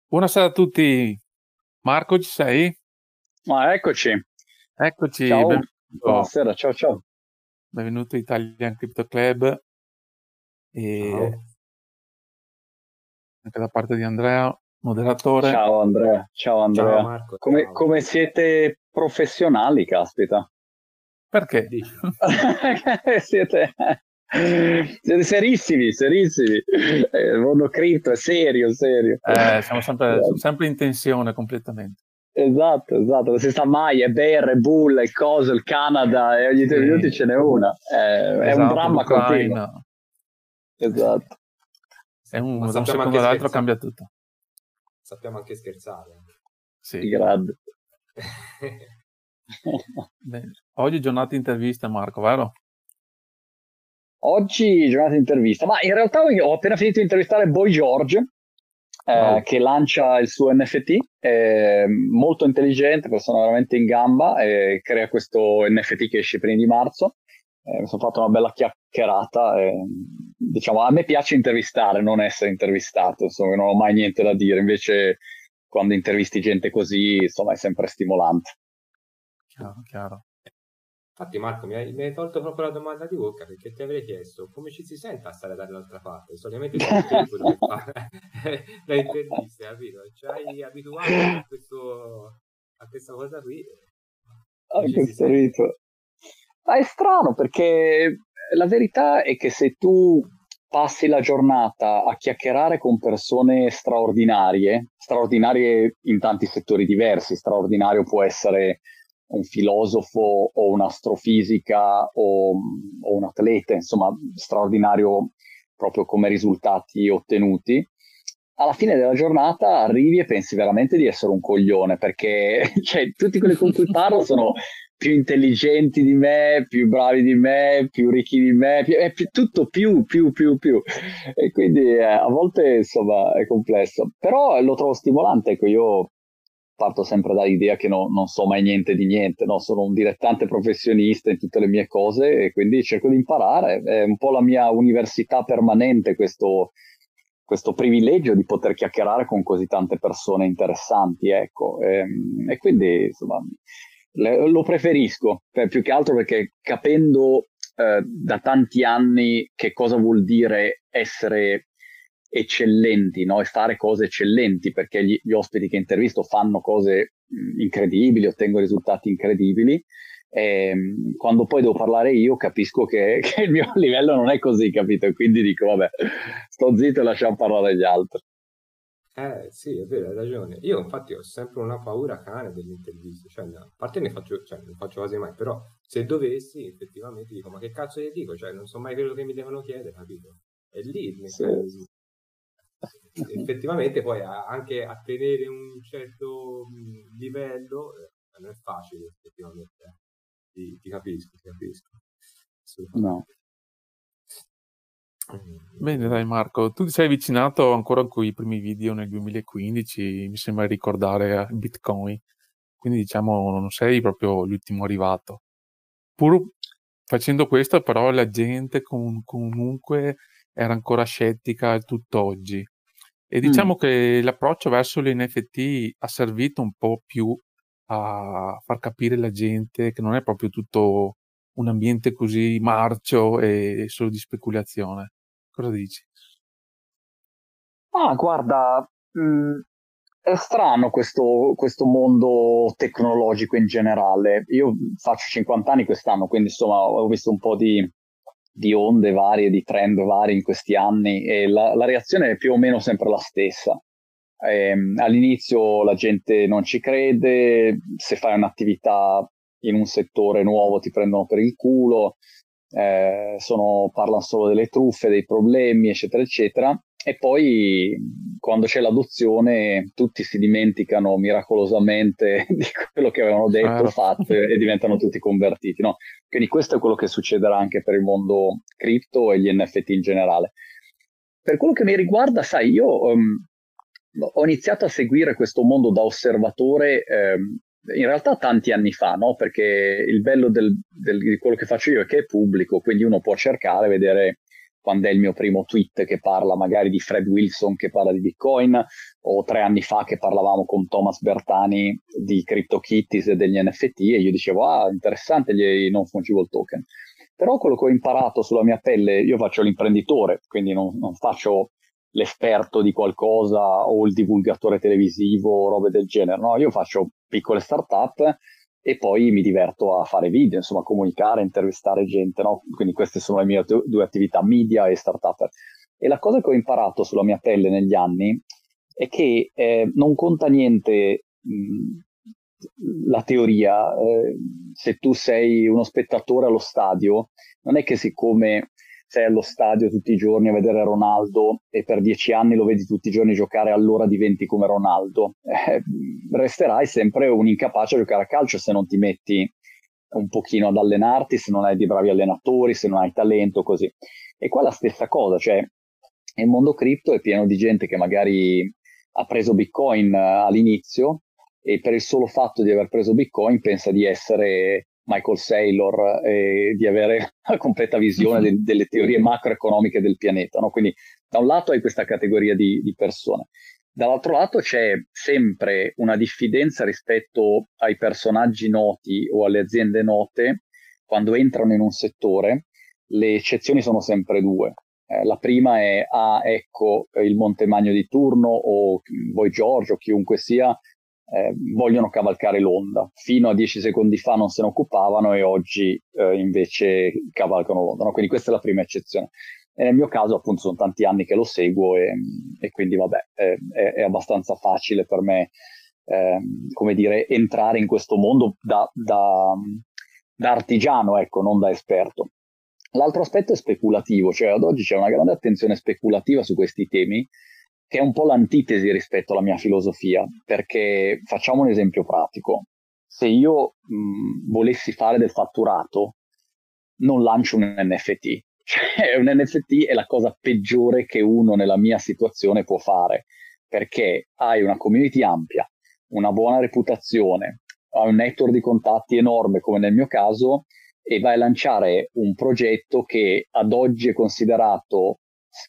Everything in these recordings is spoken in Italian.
Buonasera a tutti. Marco, ci sei? Ma eccoci, Eccoci, ciao, benvenuto, buonasera, ciao ciao. benvenuto Italian Crypto Club e Ciao, anche da parte di Andrea, moderatore. Ciao ciao Andrea. Marco, ciao. Come siete professionali, caspita? Perché? Dici? Siete, siete serissimi, serissimi. Il mondo cripto è serio, serio. Siamo sempre in tensione completamente. Esatto, esatto, non si sa mai, è Bear, è Bull, è Coso, il Canada, e ogni 2 minuti Sì, ce n'è una. È un esatto, dramma continuo. l'Ucraina. Esatto. Ma Da un sappiamo secondo anche all'altro scherzare, cambia tutto. sappiamo anche scherzare. Sì. Grande. Bene. Oggi giornata intervista, Marco, vero? Oggi giornata di intervista, ma in realtà ho appena finito di intervistare Boy George, Wow, che lancia il suo NFT, molto intelligente, persona veramente in gamba, e crea questo NFT che esce prima di marzo. Mi sono fatto una bella chiacchierata. Diciamo, a me piace intervistare, non essere intervistato, insomma, non ho mai niente da dire, invece quando intervisti gente così, insomma, è sempre stimolante. chiaro, chiaro. Infatti Marco, mi hai tolto proprio la domanda di bocca perché ti avrei chiesto come ci si sente a stare dall'altra parte. Solitamente sei te quello che fa le interviste, capito? Ci hai abituato a questa cosa qui. Come ci si Questo sente? rito. Ma è strano perché la verità è che se tu passi la giornata a chiacchierare con persone straordinarie, straordinarie in tanti settori diversi, straordinario può essere un filosofo o un'astrofisica o un atleta, insomma, straordinario proprio come risultati ottenuti. Alla fine della giornata arrivi e pensi veramente di essere un coglione, perché cioè, tutti quelli con cui parlo sono più intelligenti di me, più bravi di me, più ricchi di me, è tutto più. E quindi a volte insomma è complesso, però lo trovo stimolante. Ecco, io parto sempre dall'idea che non so mai niente di niente, no? Sono un dilettante professionista in tutte le mie cose e quindi cerco di imparare. È un po' la mia università permanente questo privilegio di poter chiacchierare con così tante persone interessanti, ecco. E quindi, insomma, lo preferisco, più che altro perché capendo da tanti anni che cosa vuol dire essere eccellenti, no? E fare cose eccellenti, perché gli ospiti che intervisto fanno cose incredibili, ottengono risultati incredibili. Quando poi devo parlare io capisco che il mio livello non è così, capito? E quindi dico, vabbè, sto zitto e lasciamo parlare gli altri. Sì, è vero, hai ragione. Io infatti ho sempre una paura cane delle interviste, cioè, a parte non faccio quasi mai, però se dovessi effettivamente dico, ma che cazzo gli dico? Cioè, non so mai quello che mi devono chiedere, capito? E lì il Sì. meccanismo. Effettivamente poi anche a tenere un certo livello non è facile, effettivamente. Ti capisco, ti capisco. No. Assolutamente. Bene, dai Marco, tu ti sei avvicinato ancora con i primi video nel 2015, mi sembra di ricordare a Bitcoin, quindi diciamo non sei proprio l'ultimo arrivato. Pur facendo questo, però, la gente comunque era ancora scettica al tutt'oggi. E Mm. diciamo che l'approccio verso l'NFT ha servito un po' più a far capire alla gente che non è proprio tutto un ambiente così marcio e solo di speculazione. Cosa dici? Ah, guarda, è strano questo mondo tecnologico in generale. Io faccio 50 anni quest'anno, quindi insomma ho visto un po' di onde varie, di trend vari in questi anni e la reazione è più o meno sempre la stessa. All'inizio la gente non ci crede, se fai un'attività in un settore nuovo ti prendono per il culo, parlano solo delle truffe, dei problemi, eccetera, eccetera. E poi quando c'è l'adozione tutti si dimenticano miracolosamente di quello che avevano detto, Certo. fatto e diventano tutti convertiti, no? Quindi questo è quello che succederà anche per il mondo cripto e gli NFT in generale. Per quello che mi riguarda, sai, io ho iniziato a seguire questo mondo da osservatore in realtà tanti anni fa, no? Perché il bello di quello che faccio io è che è pubblico, quindi uno può cercare, vedere quando è il mio primo tweet che parla magari di Fred Wilson che parla di Bitcoin, o 3 anni fa che parlavamo con Thomas Bertani di CryptoKitties e degli NFT, e io dicevo, interessante gli non fungible token. Però quello che ho imparato sulla mia pelle, io faccio l'imprenditore, quindi non faccio l'esperto di qualcosa o il divulgatore televisivo o robe del genere, no? Io faccio piccole startup e poi mi diverto a fare video, insomma, comunicare, intervistare gente, no? Quindi queste sono le mie due attività, media e startup. E la cosa che ho imparato sulla mia pelle negli anni è che non conta niente la teoria. Se tu sei uno spettatore allo stadio, non è che siccome sei allo stadio tutti i giorni a vedere Ronaldo e per 10 anni lo vedi tutti i giorni giocare, allora diventi come Ronaldo. Resterai sempre un incapace a giocare a calcio se non ti metti un pochino ad allenarti, se non hai dei bravi allenatori, se non hai talento, così. E qua la stessa cosa, cioè il mondo cripto è pieno di gente che magari ha preso Bitcoin all'inizio e per il solo fatto di aver preso Bitcoin pensa di essere Michael Saylor e di avere la completa visione delle teorie macroeconomiche del pianeta, no? Quindi da un lato hai questa categoria di persone, dall'altro lato c'è sempre una diffidenza rispetto ai personaggi noti o alle aziende note. Quando entrano in un settore, le eccezioni sono sempre due. La prima è, ecco, il Montemagno di turno o voi Giorgio, chiunque sia, vogliono cavalcare l'onda. Fino a 10 secondi fa non se ne occupavano e oggi invece cavalcano l'onda, no? Quindi questa è la prima eccezione. E nel mio caso appunto sono tanti anni che lo seguo e quindi vabbè, è abbastanza facile per me, come dire, entrare in questo mondo da artigiano, ecco, non da esperto. L'altro aspetto è speculativo, cioè ad oggi c'è una grande attenzione speculativa su questi temi, che è un po' l'antitesi rispetto alla mia filosofia, perché facciamo un esempio pratico. Se io volessi fare del fatturato, non lancio un NFT. Cioè, un NFT è la cosa peggiore che uno nella mia situazione può fare, perché hai una community ampia, una buona reputazione, hai un network di contatti enorme come nel mio caso, e vai a lanciare un progetto che ad oggi è considerato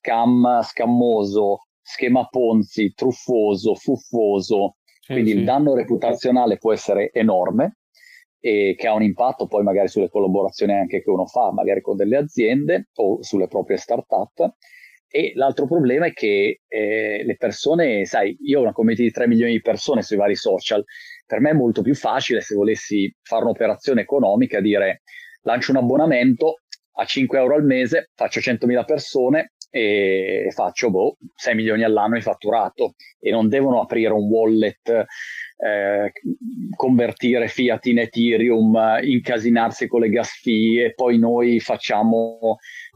scammoso, schema Ponzi, truffoso, fuffoso, quindi il danno reputazionale può essere enorme e che ha un impatto poi magari sulle collaborazioni anche che uno fa, magari con delle aziende o sulle proprie start-up. E l'altro problema è che le persone, sai, io ho una community di 3 milioni di persone sui vari social, per me è molto più facile se volessi fare un'operazione economica dire lancio un abbonamento a 5 euro al mese, faccio 100.000 persone e faccio 6 milioni all'anno di fatturato e non devono aprire un wallet, convertire fiat in Ethereum, incasinarsi con le gas fee e poi noi facciamo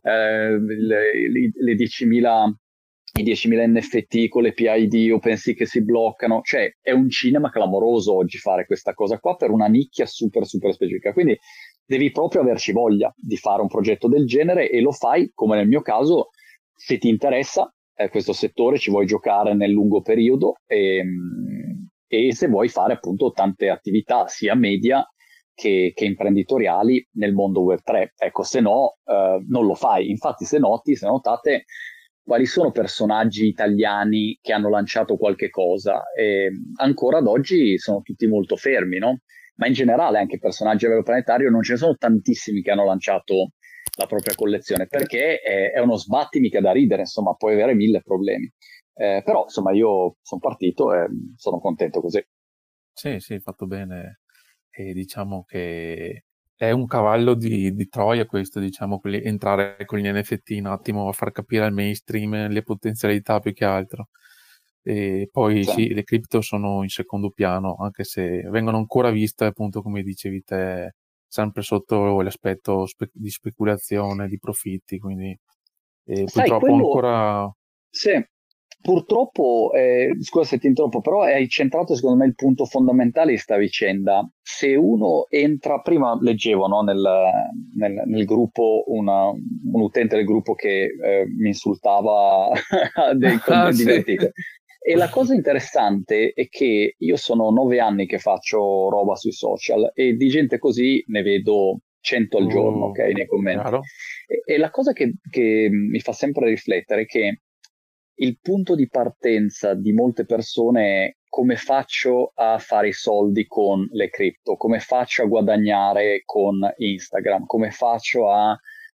le 10.000 i 10.000 NFT con le PID OpenSea che si bloccano. Cioè è un cinema clamoroso oggi fare questa cosa qua per una nicchia super super specifica, quindi devi proprio averci voglia di fare un progetto del genere e lo fai, come nel mio caso, se ti interessa questo settore, ci vuoi giocare nel lungo periodo e se vuoi fare appunto tante attività sia media che imprenditoriali nel mondo Web3. Ecco, se no non lo fai. Infatti se notate quali sono personaggi italiani che hanno lanciato qualche cosa, ancora ad oggi sono tutti molto fermi, no? Ma in generale anche personaggi a livello planetario non ce ne sono tantissimi che hanno lanciato la propria collezione, perché è uno sbattimica da ridere, insomma, puoi avere 1000 problemi. Però insomma io sono partito e sono contento così. Sì, hai fatto bene. E diciamo che è un cavallo di Troia questo, diciamo, entrare con gli NFT un attimo a far capire al mainstream le potenzialità più che altro. E poi sì, le cripto sono in secondo piano, anche se vengono ancora viste, appunto, come dicevi te, sempre sotto l'aspetto di speculazione, di profitti, quindi purtroppo ancora... Sì. Purtroppo, scusa se ti interrompo, però hai centrato secondo me il punto fondamentale di sta vicenda. Se uno entra, prima leggevo, no, nel gruppo un utente del gruppo che mi insultava divertito. E la cosa interessante è che io sono 9 anni che faccio roba sui social e di gente così ne vedo 100 al giorno, ok, nei commenti. Chiaro. E la cosa che mi fa sempre riflettere è che il punto di partenza di molte persone è: come faccio a fare i soldi con le cripto, come faccio a guadagnare con Instagram, come faccio a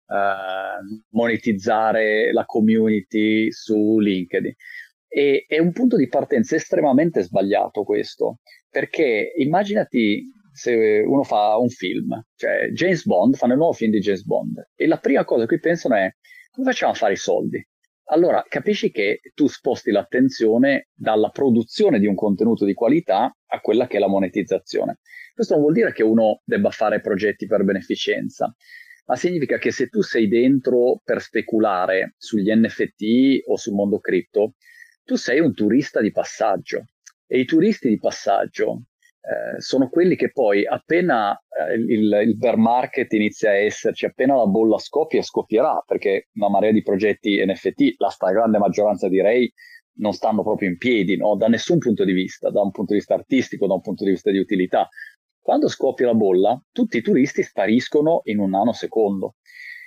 monetizzare la community su LinkedIn. E è un punto di partenza estremamente sbagliato questo, perché immaginati se uno fa un film, cioè James Bond, fanno il nuovo film di James Bond, e la prima cosa a cui pensano è: come facciamo a fare i soldi? Allora capisci che tu sposti l'attenzione dalla produzione di un contenuto di qualità a quella che è la monetizzazione. Questo non vuol dire che uno debba fare progetti per beneficenza, ma significa che se tu sei dentro per speculare sugli NFT o sul mondo cripto, tu sei un turista di passaggio, e i turisti di passaggio sono quelli che poi appena il bear market inizia a esserci, appena la bolla scoppia, e scoppierà, perché una marea di progetti NFT, la stragrande maggioranza direi, non stanno proprio in piedi, no? Da nessun punto di vista, da un punto di vista artistico, da un punto di vista di utilità. Quando scoppia la bolla, tutti i turisti spariscono in un nanosecondo.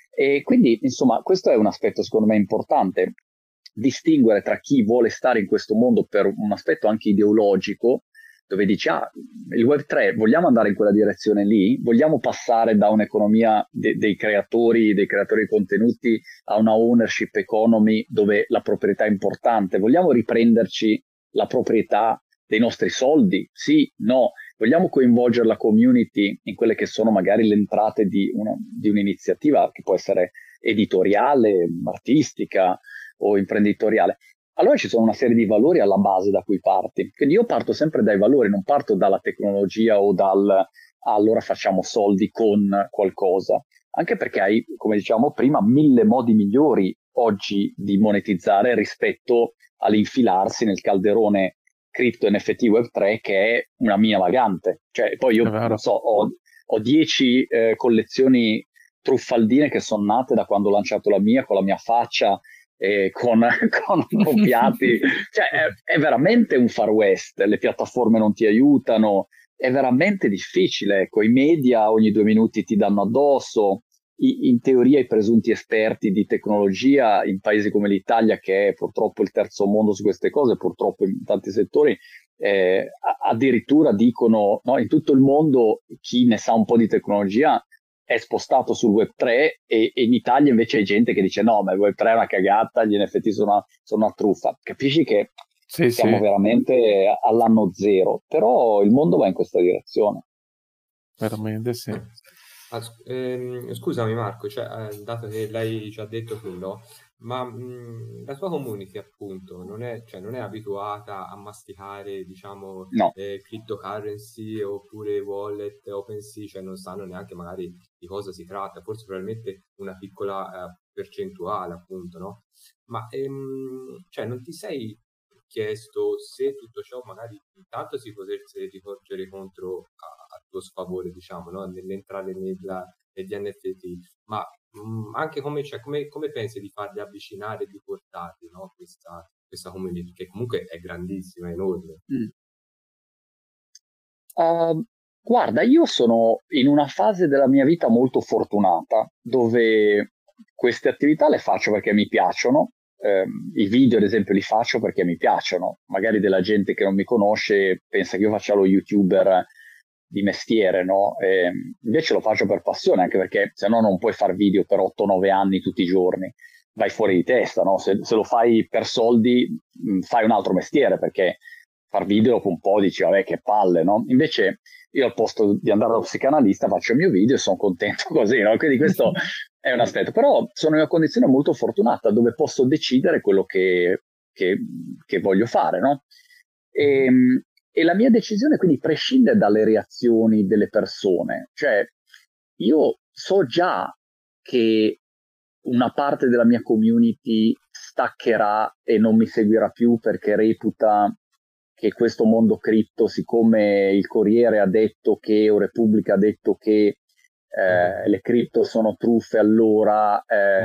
E quindi, insomma, questo è un aspetto secondo me importante: distinguere tra chi vuole stare in questo mondo per un aspetto anche ideologico, dove dici: ah, il Web3, vogliamo andare in quella direzione lì? Vogliamo passare da un'economia dei creatori di contenuti a una ownership economy dove la proprietà è importante? Vogliamo riprenderci la proprietà dei nostri soldi? Sì, no. Vogliamo coinvolgere la community in quelle che sono magari le entrate di un'iniziativa che può essere editoriale, artistica o imprenditoriale? Allora ci sono una serie di valori alla base da cui parti. Quindi io parto sempre dai valori, non parto dalla tecnologia o allora facciamo soldi con qualcosa. Anche perché hai, come dicevamo prima, 1000 modi migliori oggi di monetizzare rispetto all'infilarsi nel calderone cripto NFT Web3, che è una mina vagante. Cioè, poi io non so, ho 10 collezioni truffaldine che sono nate da quando ho lanciato la mia, con la mia faccia, con copiati. Cioè, è veramente un far west, le piattaforme non ti aiutano, è veramente difficile. Ecco, i media ogni 2 minuti ti danno addosso. In teoria i presunti esperti di tecnologia in paesi come l'Italia, che è purtroppo il terzo mondo su queste cose, purtroppo in tanti settori, addirittura dicono, no, in tutto il mondo chi ne sa un po' di tecnologia è spostato sul Web3, e in Italia invece c'è gente che dice: no, ma il Web3 è una cagata, gli NFT sono una truffa. Capisci che siamo veramente all'anno zero, però il mondo va in questa direzione. Veramente sì. Scusami Marco, dato che l'hai già detto tu, no? Ma la tua community appunto non è abituata a masticare, diciamo, no. Cryptocurrency oppure wallet, OpenSea, cioè non sanno neanche magari di cosa si tratta, forse probabilmente una piccola percentuale appunto, no? Ma non ti sei chiesto se tutto ciò magari intanto si potesse rivolgere contro a tuo sfavore, diciamo, no? Nell'entrare negli NFT, ma anche come pensi di farli avvicinare, di portarli, no? Questa community, che comunque è grandissima, è enorme. Guarda, io sono in una fase della mia vita molto fortunata, dove queste attività le faccio perché mi piacciono. I video ad esempio li faccio perché mi piacciono. Magari della gente che non mi conosce pensa che io faccia lo YouTuber di mestiere, no? Invece lo faccio per passione, anche perché se no non puoi fare video per 8-9 anni tutti i giorni, vai fuori di testa, no? Se lo fai per soldi, fai un altro mestiere, perché far video dopo un po' dici: vabbè, che palle, no? Invece io, al posto di andare allo psicanalista, faccio il mio video e sono contento così, no? Quindi questo è un aspetto. Però sono in una condizione molto fortunata, dove posso decidere quello che voglio fare, no? E la mia decisione quindi prescinde dalle reazioni delle persone. Cioè, io so già che una parte della mia community staccherà e non mi seguirà più, perché reputa che questo mondo cripto, siccome il Corriere ha detto che, o Repubblica ha detto che le cripto sono truffe, allora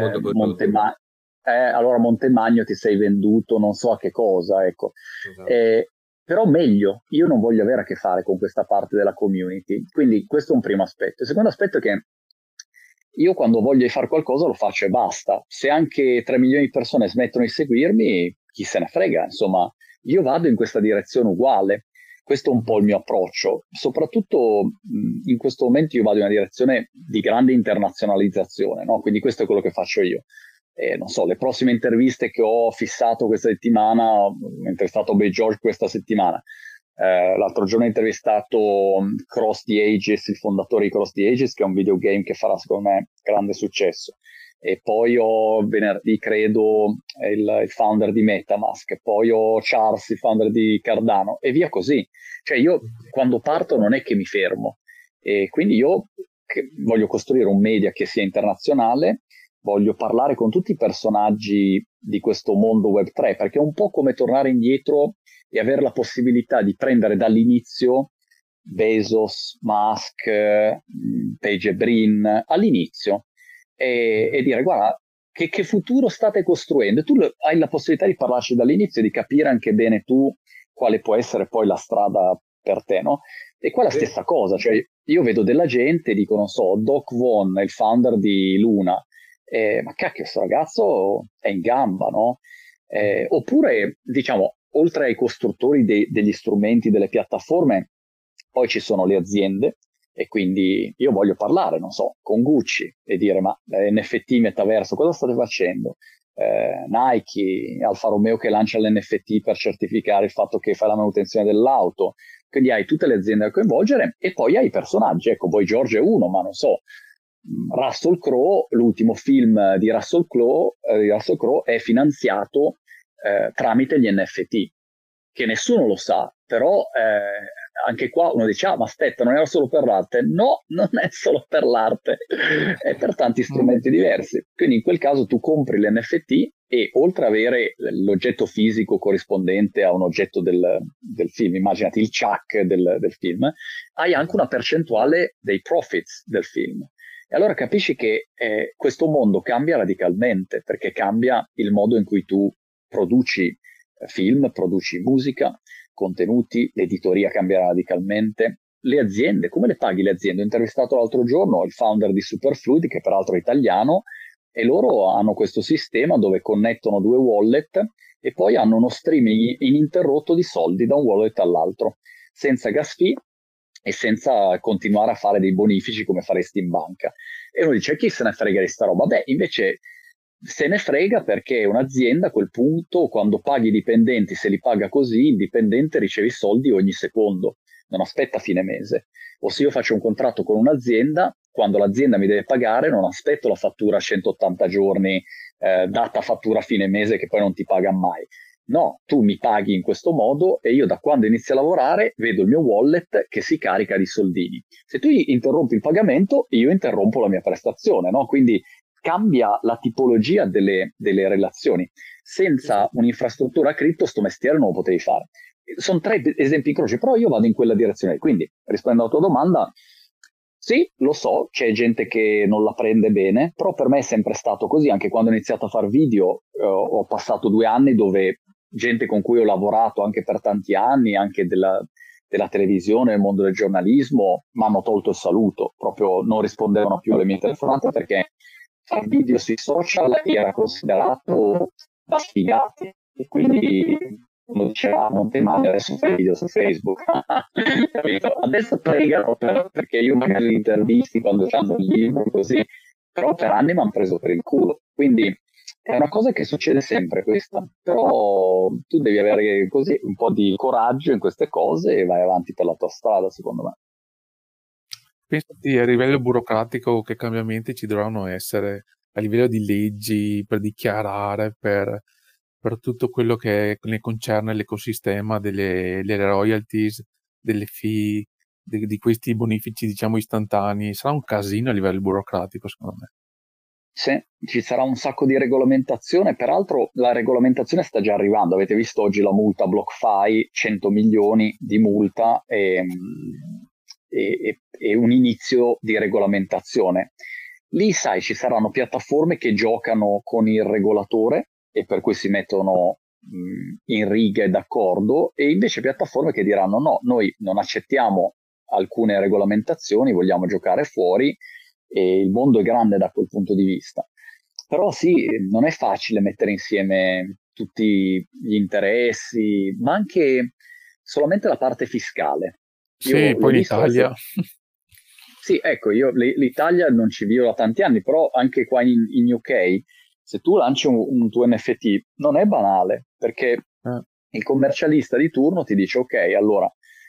allora Montemagno ti sei venduto non so a che cosa, ecco. Esatto. Però meglio, io non voglio avere a che fare con questa parte della community, quindi questo è un primo aspetto. Il secondo aspetto è che io quando voglio fare qualcosa lo faccio e basta. Se anche 3 milioni di persone smettono di seguirmi, chi se ne frega, insomma, io vado in questa direzione uguale. Questo è un po' il mio approccio. Soprattutto in questo momento io vado in una direzione di grande internazionalizzazione, no? Quindi questo è quello che faccio io. Non so, le prossime interviste che ho fissato questa settimana, ho intervistato Bay George questa settimana, l'altro giorno ho intervistato Cross the Ages, il fondatore di Cross the Ages, che è un videogame che farà secondo me grande successo, e poi ho venerdì credo il founder di MetaMask, poi ho Charles, il founder di Cardano, e via così. Cioè io quando parto non è che mi fermo, e quindi io voglio costruire un media che sia internazionale, voglio parlare con tutti i personaggi di questo mondo Web3, perché è un po' come tornare indietro e avere la possibilità di prendere dall'inizio Bezos, Musk, Page Brin, all'inizio, e dire guarda che futuro state costruendo. Tu hai la possibilità di parlarci dall'inizio e di capire anche bene tu quale può essere poi la strada per te, no? E qua è la stessa cosa, cioè io vedo della gente, dico non so, Doc Von, il founder di Luna, ma cacchio, questo ragazzo è in gamba, no? Oppure, diciamo, oltre ai costruttori degli strumenti, delle piattaforme, poi ci sono le aziende, e quindi io voglio parlare, non so, con Gucci e dire ma NFT metaverso, cosa state facendo? Nike, Alfa Romeo che lancia l'NFT per certificare il fatto che fa la manutenzione dell'auto, quindi hai tutte le aziende da coinvolgere e poi hai i personaggi, ecco, Boy George è uno, ma non so, Russell Crowe, l'ultimo film di Russell Crowe è finanziato tramite gli NFT, che nessuno lo sa, però anche qua uno dice, ma aspetta, non era solo per l'arte? No, non è solo per l'arte, è per tanti strumenti diversi. Quindi in quel caso tu compri l'NFT e oltre ad avere l'oggetto fisico corrispondente a un oggetto del film, immaginati il chuck del film, hai anche una percentuale dei profits del film. E allora capisci che questo mondo cambia radicalmente, perché cambia il modo in cui tu produci film, produci musica, contenuti, l'editoria cambierà radicalmente. Le aziende, come le paghi le aziende? Ho intervistato l'altro giorno il founder di Superfluid, che peraltro è italiano, e loro hanno questo sistema dove connettono due wallet e poi hanno uno streaming ininterrotto di soldi da un wallet all'altro, senza gas fee e senza continuare a fare dei bonifici come faresti in banca. E uno dice, chi se ne frega di sta roba? Beh, invece se ne frega, perché un'azienda a quel punto, quando paghi i dipendenti, se li paga così, il dipendente riceve i soldi ogni secondo, non aspetta fine mese. O se io faccio un contratto con un'azienda, quando l'azienda mi deve pagare, non aspetto la fattura a 180 giorni, data fattura a fine mese che poi non ti paga mai. No, tu mi paghi in questo modo e io da quando inizio a lavorare vedo il mio wallet che si carica di soldini. Se tu interrompi il pagamento, io interrompo la mia prestazione, no? Quindi cambia la tipologia delle relazioni. Senza un'infrastruttura cripto sto mestiere non lo potevi fare. Sono 3 esempi in croce, però io vado in quella direzione. Quindi, rispondendo alla tua domanda, sì, lo so, c'è gente che non la prende bene, però per me è sempre stato così. Anche quando ho iniziato a fare video, ho passato 2 anni dove gente con cui ho lavorato anche per tanti anni, anche della televisione, del mondo del giornalismo, mi hanno tolto il saluto, proprio non rispondevano più alle mie telefonate perché fare video sui social era considerato da sfigati, e quindi uno diceva non ti male, adesso fai video su Facebook. Adesso pregano perché io magari li intervisti quando hanno il libro così, però per anni mi hanno preso per il culo, quindi è una cosa che succede sempre questa, però tu devi avere così un po' di coraggio in queste cose e vai avanti per la tua strada, secondo me. Pensati a livello burocratico che cambiamenti ci dovranno essere a livello di leggi per dichiarare, per tutto quello che ne concerne l'ecosistema delle royalties, delle fee, di questi bonifici, diciamo, istantanei. Sarà un casino a livello burocratico, secondo me. Sì, ci sarà un sacco di regolamentazione, peraltro la regolamentazione sta già arrivando, avete visto oggi la multa BlockFi, 100 milioni di multa e un inizio di regolamentazione. Lì, sai, ci saranno piattaforme che giocano con il regolatore e per cui si mettono in riga e d'accordo, e invece piattaforme che diranno no, noi non accettiamo alcune regolamentazioni, vogliamo giocare fuori, e il mondo è grande da quel punto di vista. Però sì, non è facile mettere insieme tutti gli interessi, ma anche solamente la parte fiscale. Sì, Io l'ho poi in visto adesso. Italia. Sì, ecco, io l'Italia non ci vivo da tanti anni, però anche qua in UK, se tu lanci un tuo NFT, non è banale, perché il commercialista di turno ti dice, ok, allora,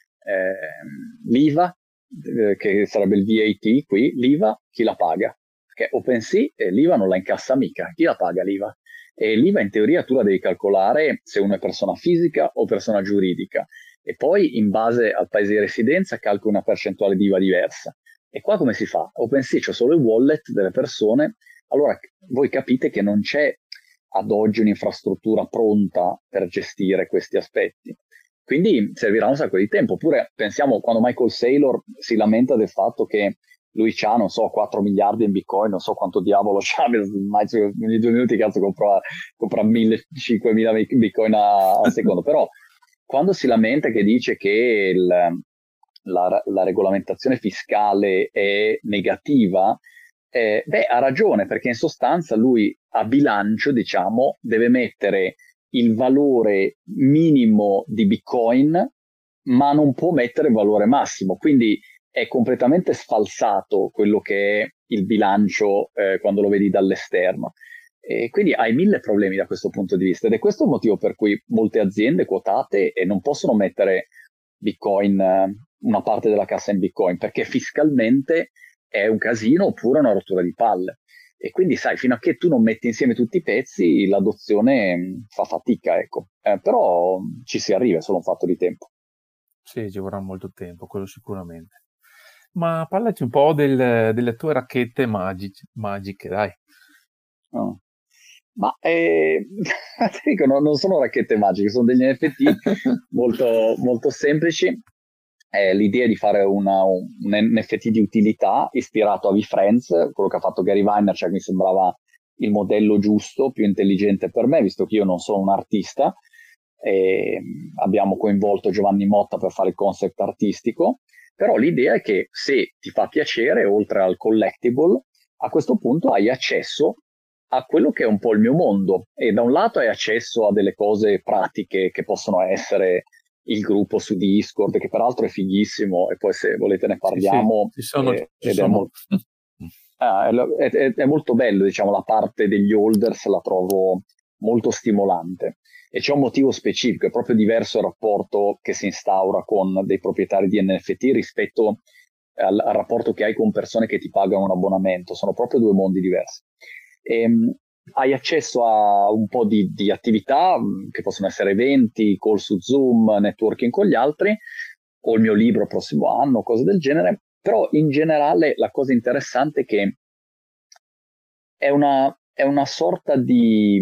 l'IVA, che sarebbe il VAT qui, l'IVA chi la paga? Perché OpenSea l'IVA non la incassa mica, chi la paga l'IVA? E l'IVA in teoria tu la devi calcolare se uno è persona fisica o persona giuridica, e poi in base al paese di residenza calcoli una percentuale di IVA diversa. E qua come si fa? OpenSea c'è solo il wallet delle persone, allora voi capite che non c'è ad oggi un'infrastruttura pronta per gestire questi aspetti. Quindi servirà un sacco di tempo. Oppure pensiamo quando Michael Saylor si lamenta del fatto che lui c'ha, non so, 4 miliardi in Bitcoin, non so quanto diavolo c'ha, mai ogni 2 minuti cazzo compra 1.000-5.000 Bitcoin a secondo. Però quando si lamenta che dice che la regolamentazione fiscale è negativa, ha ragione, perché in sostanza lui a bilancio, diciamo, deve mettere il valore minimo di Bitcoin, ma non può mettere il valore massimo. Quindi è completamente sfalsato quello che è il bilancio quando lo vedi dall'esterno. E quindi hai mille problemi da questo punto di vista, ed è questo il motivo per cui molte aziende quotate non possono mettere Bitcoin, una parte della cassa in Bitcoin, perché fiscalmente è un casino oppure una rottura di palle. E quindi sai, fino a che tu non metti insieme tutti i pezzi, l'adozione fa fatica, ecco. Però ci si arriva, è solo un fatto di tempo. Sì, ci vorrà molto tempo, quello sicuramente. Ma parlaci un po' delle tue racchette magiche, dai. No. Ma ti dico, non sono racchette magiche, sono degli NFT molto, molto semplici. L'idea è di fare un NFT di utilità ispirato a VFriends, quello che ha fatto Gary Vaynerchuk mi sembrava il modello giusto, più intelligente per me, visto che io non sono un artista. Abbiamo coinvolto Giovanni Motta per fare il concept artistico, però l'idea è che se ti fa piacere, oltre al collectible, a questo punto hai accesso a quello che è un po' il mio mondo, e da un lato hai accesso a delle cose pratiche che possono essere il gruppo su Discord, che peraltro è fighissimo, e poi se volete ne parliamo. Sì, ci Ed sono. è molto bello, diciamo, la parte degli holders la trovo molto stimolante, e c'è un motivo specifico, è proprio diverso il rapporto che si instaura con dei proprietari di NFT rispetto al rapporto che hai con persone che ti pagano un abbonamento, sono proprio due mondi diversi. Hai accesso a un po' di attività che possono essere eventi, call su Zoom, networking con gli altri, o il mio libro prossimo anno, cose del genere. Però in generale la cosa interessante è che è una sorta di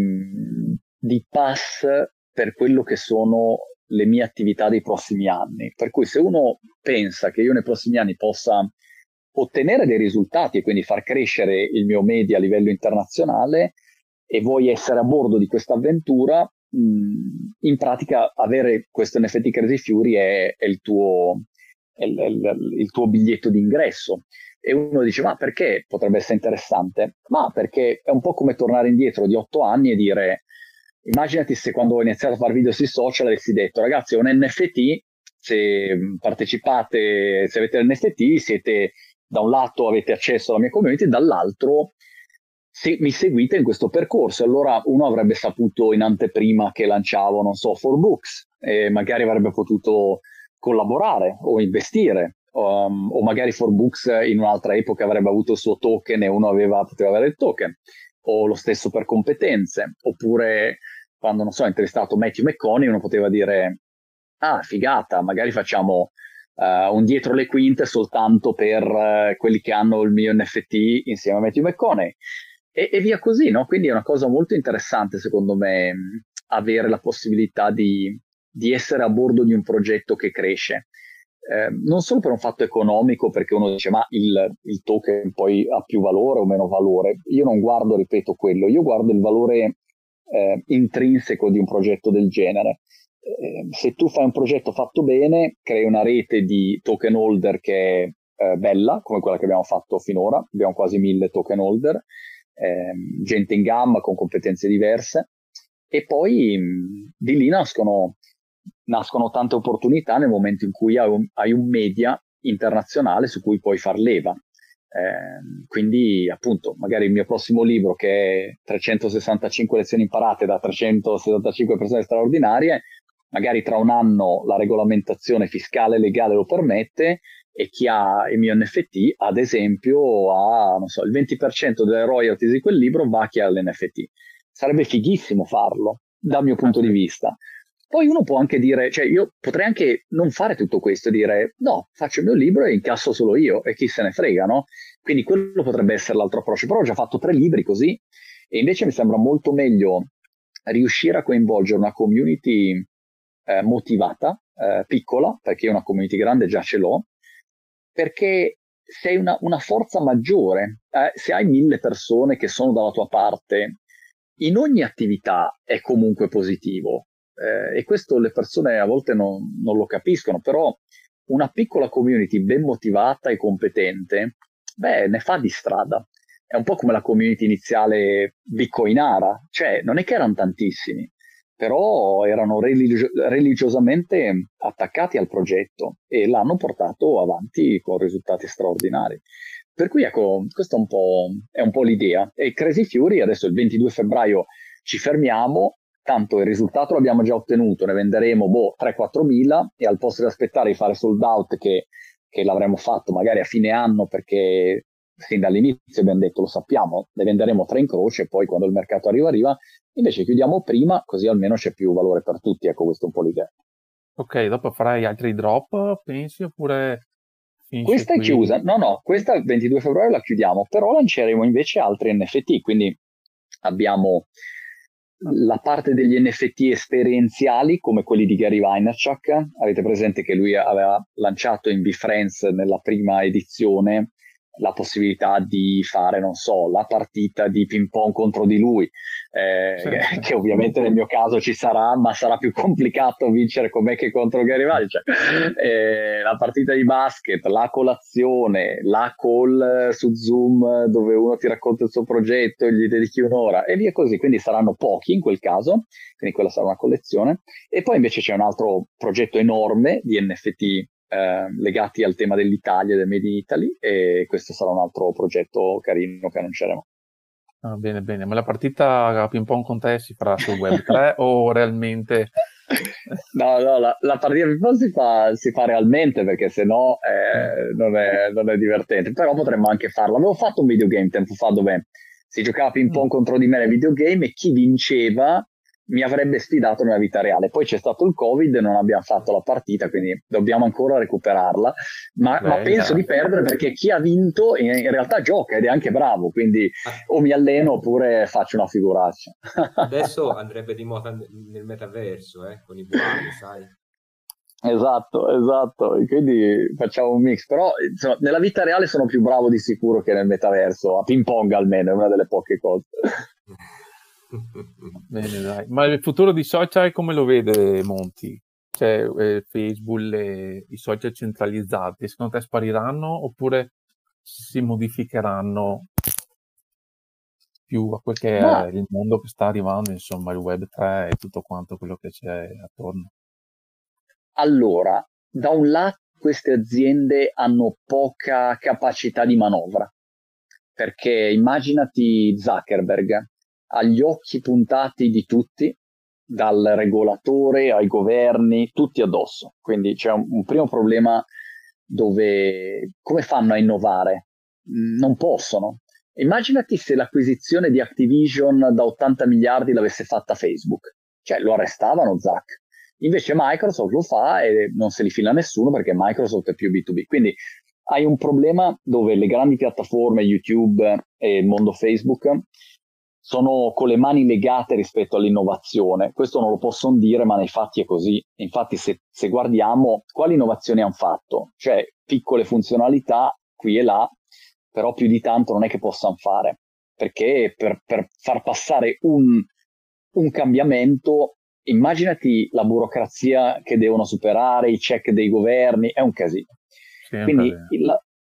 pass per quello che sono le mie attività dei prossimi anni. Per cui se uno pensa che io nei prossimi anni possa ottenere dei risultati e quindi far crescere il mio media a livello internazionale e vuoi essere a bordo di questa avventura, in pratica avere questo NFT Crazy Fury è il tuo biglietto d'ingresso. E uno dice, ma perché potrebbe essere interessante? Ma perché è un po' come tornare indietro di 8 anni e dire, immaginati se quando ho iniziato a fare video sui social avessi detto, ragazzi, è un NFT, se partecipate, se avete l'NFT, siete, da un lato avete accesso alla mia community, dall'altro se mi seguite in questo percorso. Allora uno avrebbe saputo in anteprima che lanciavo, non so, 4Books, e magari avrebbe potuto collaborare o investire, o magari 4Books in un'altra epoca avrebbe avuto il suo token e uno poteva avere il token, o lo stesso per competenze. Oppure quando, non so, ho intervistato Matthew McConaughey, uno poteva dire, ah, figata, magari facciamo un dietro le quinte soltanto per quelli che hanno il mio NFT insieme a Matthew McConaughey, e via così, no? Quindi è una cosa molto interessante, secondo me, avere la possibilità di essere a bordo di un progetto che cresce. Non solo per un fatto economico, perché uno dice, ma il token poi ha più valore o meno valore. Io non guardo, ripeto, quello, io guardo il valore intrinseco di un progetto del genere. Se tu fai un progetto fatto bene, crei una rete di token holder che bella, come quella che abbiamo fatto finora, abbiamo quasi 1000 token holder, gente in gamma con competenze diverse, e poi di lì nascono tante opportunità nel momento in cui hai un media internazionale su cui puoi far leva. Quindi appunto magari il mio prossimo libro, che è 365 lezioni imparate da 365 persone straordinarie, magari tra un anno la regolamentazione fiscale e legale lo permette, e chi ha il mio NFT, ad esempio, ha, non so, il 20% delle royalties di quel libro va a chi ha l'NFT. Sarebbe fighissimo farlo, dal mio punto di vista. Poi uno può anche dire, cioè io potrei anche non fare tutto questo e dire no, faccio il mio libro e incasso solo io e chi se ne frega, no? Quindi quello potrebbe essere l'altro approccio, però ho già fatto 3 libri così, e invece mi sembra molto meglio riuscire a coinvolgere una community motivata, piccola, perché io una community grande già ce l'ho, perché sei una forza maggiore. Se hai 1000 persone che sono dalla tua parte, in ogni attività è comunque positivo. E questo le persone a volte non lo capiscono, però una piccola community ben motivata e competente, beh, ne fa di strada. È un po' come la community iniziale bitcoinara, cioè non è che erano tantissimi, però erano religiosamente attaccati al progetto e l'hanno portato avanti con risultati straordinari. Per cui ecco, questa è un po' l'idea. E Crazy Fury, adesso il 22 febbraio ci fermiamo, tanto il risultato l'abbiamo già ottenuto, ne venderemo 3-4 mila, e al posto di aspettare di fare sold out che l'avremmo fatto magari a fine anno, perché sin dall'inizio abbiamo detto lo sappiamo, ne venderemo 3 in croce e poi quando il mercato arriva, invece chiudiamo prima, così almeno c'è più valore per tutti. Ecco, questa è un po' l'idea. Ok, dopo farai altri drop, pensi, oppure finisce Questa è qui? chiusa, no, questa il 22 febbraio la chiudiamo, però lanceremo invece altri NFT, quindi abbiamo la parte degli NFT esperienziali come quelli di Gary Vaynerchuk. Avete presente che lui aveva lanciato in VeeFriends nella prima edizione la possibilità di fare, non so, la partita di ping pong contro di lui, Sì. che ovviamente nel mio caso ci sarà, ma sarà più complicato vincere con me che contro Gary Vaynerchuk. La partita di basket, la colazione, la call su Zoom dove uno ti racconta il suo progetto e gli dedichi un'ora e via così, quindi saranno pochi in quel caso, quindi quella sarà una collezione. E poi invece c'è un altro progetto enorme di NFT legati al tema dell'Italia e del Made in Italy, e questo sarà un altro progetto carino che annunceremo. Ah, bene, bene. Ma la partita a ping pong con te si farà sul web 3 o realmente? No, la partita di ping si fa realmente, perché sennò non è divertente, però potremmo anche farlo. Avevo fatto un videogame tempo fa dove si giocava ping pong contro di me nel videogame e chi vinceva mi avrebbe sfidato nella vita reale. Poi c'è stato il Covid e non abbiamo fatto la partita, quindi dobbiamo ancora recuperarla, ma penso di perdere, perché chi ha vinto in realtà gioca ed è anche bravo, quindi o mi alleno oppure faccio una figuraccia. Adesso andrebbe di moda nel metaverso, con i buoni, sai? Esatto, e quindi facciamo un mix, però insomma, nella vita reale sono più bravo di sicuro che nel metaverso, a ping pong almeno, è una delle poche cose. Bene, dai. Ma il futuro di social come lo vede Monti? Cioè, Facebook, i social centralizzati, secondo te spariranno oppure si modificheranno più a quel che Ma è il mondo che sta arrivando, insomma, il web 3 e tutto quanto quello che c'è attorno? allora, da un lato queste aziende hanno poca capacità di manovra, perché immaginati Zuckerberg, ha gli occhi puntati di tutti, dal regolatore ai governi, tutti addosso. Quindi c'è un primo problema dove come fanno a innovare? Non possono. Immaginati se l'acquisizione di Activision da 80 miliardi l'avesse fatta Facebook, cioè lo arrestavano Zuck. Invece Microsoft lo fa e non se li fila nessuno, perché Microsoft è più B2B. Quindi hai un problema dove le grandi piattaforme, YouTube e il mondo Facebook, sono con le mani legate rispetto all'innovazione. Questo non lo possono dire, ma nei fatti è così. Infatti se guardiamo quali innovazioni hanno fatto, cioè piccole funzionalità qui e là, però più di tanto non è che possano fare, perché per far passare un cambiamento, immaginati la burocrazia che devono superare, i check dei governi, è un casino. Sì, è un Quindi casino.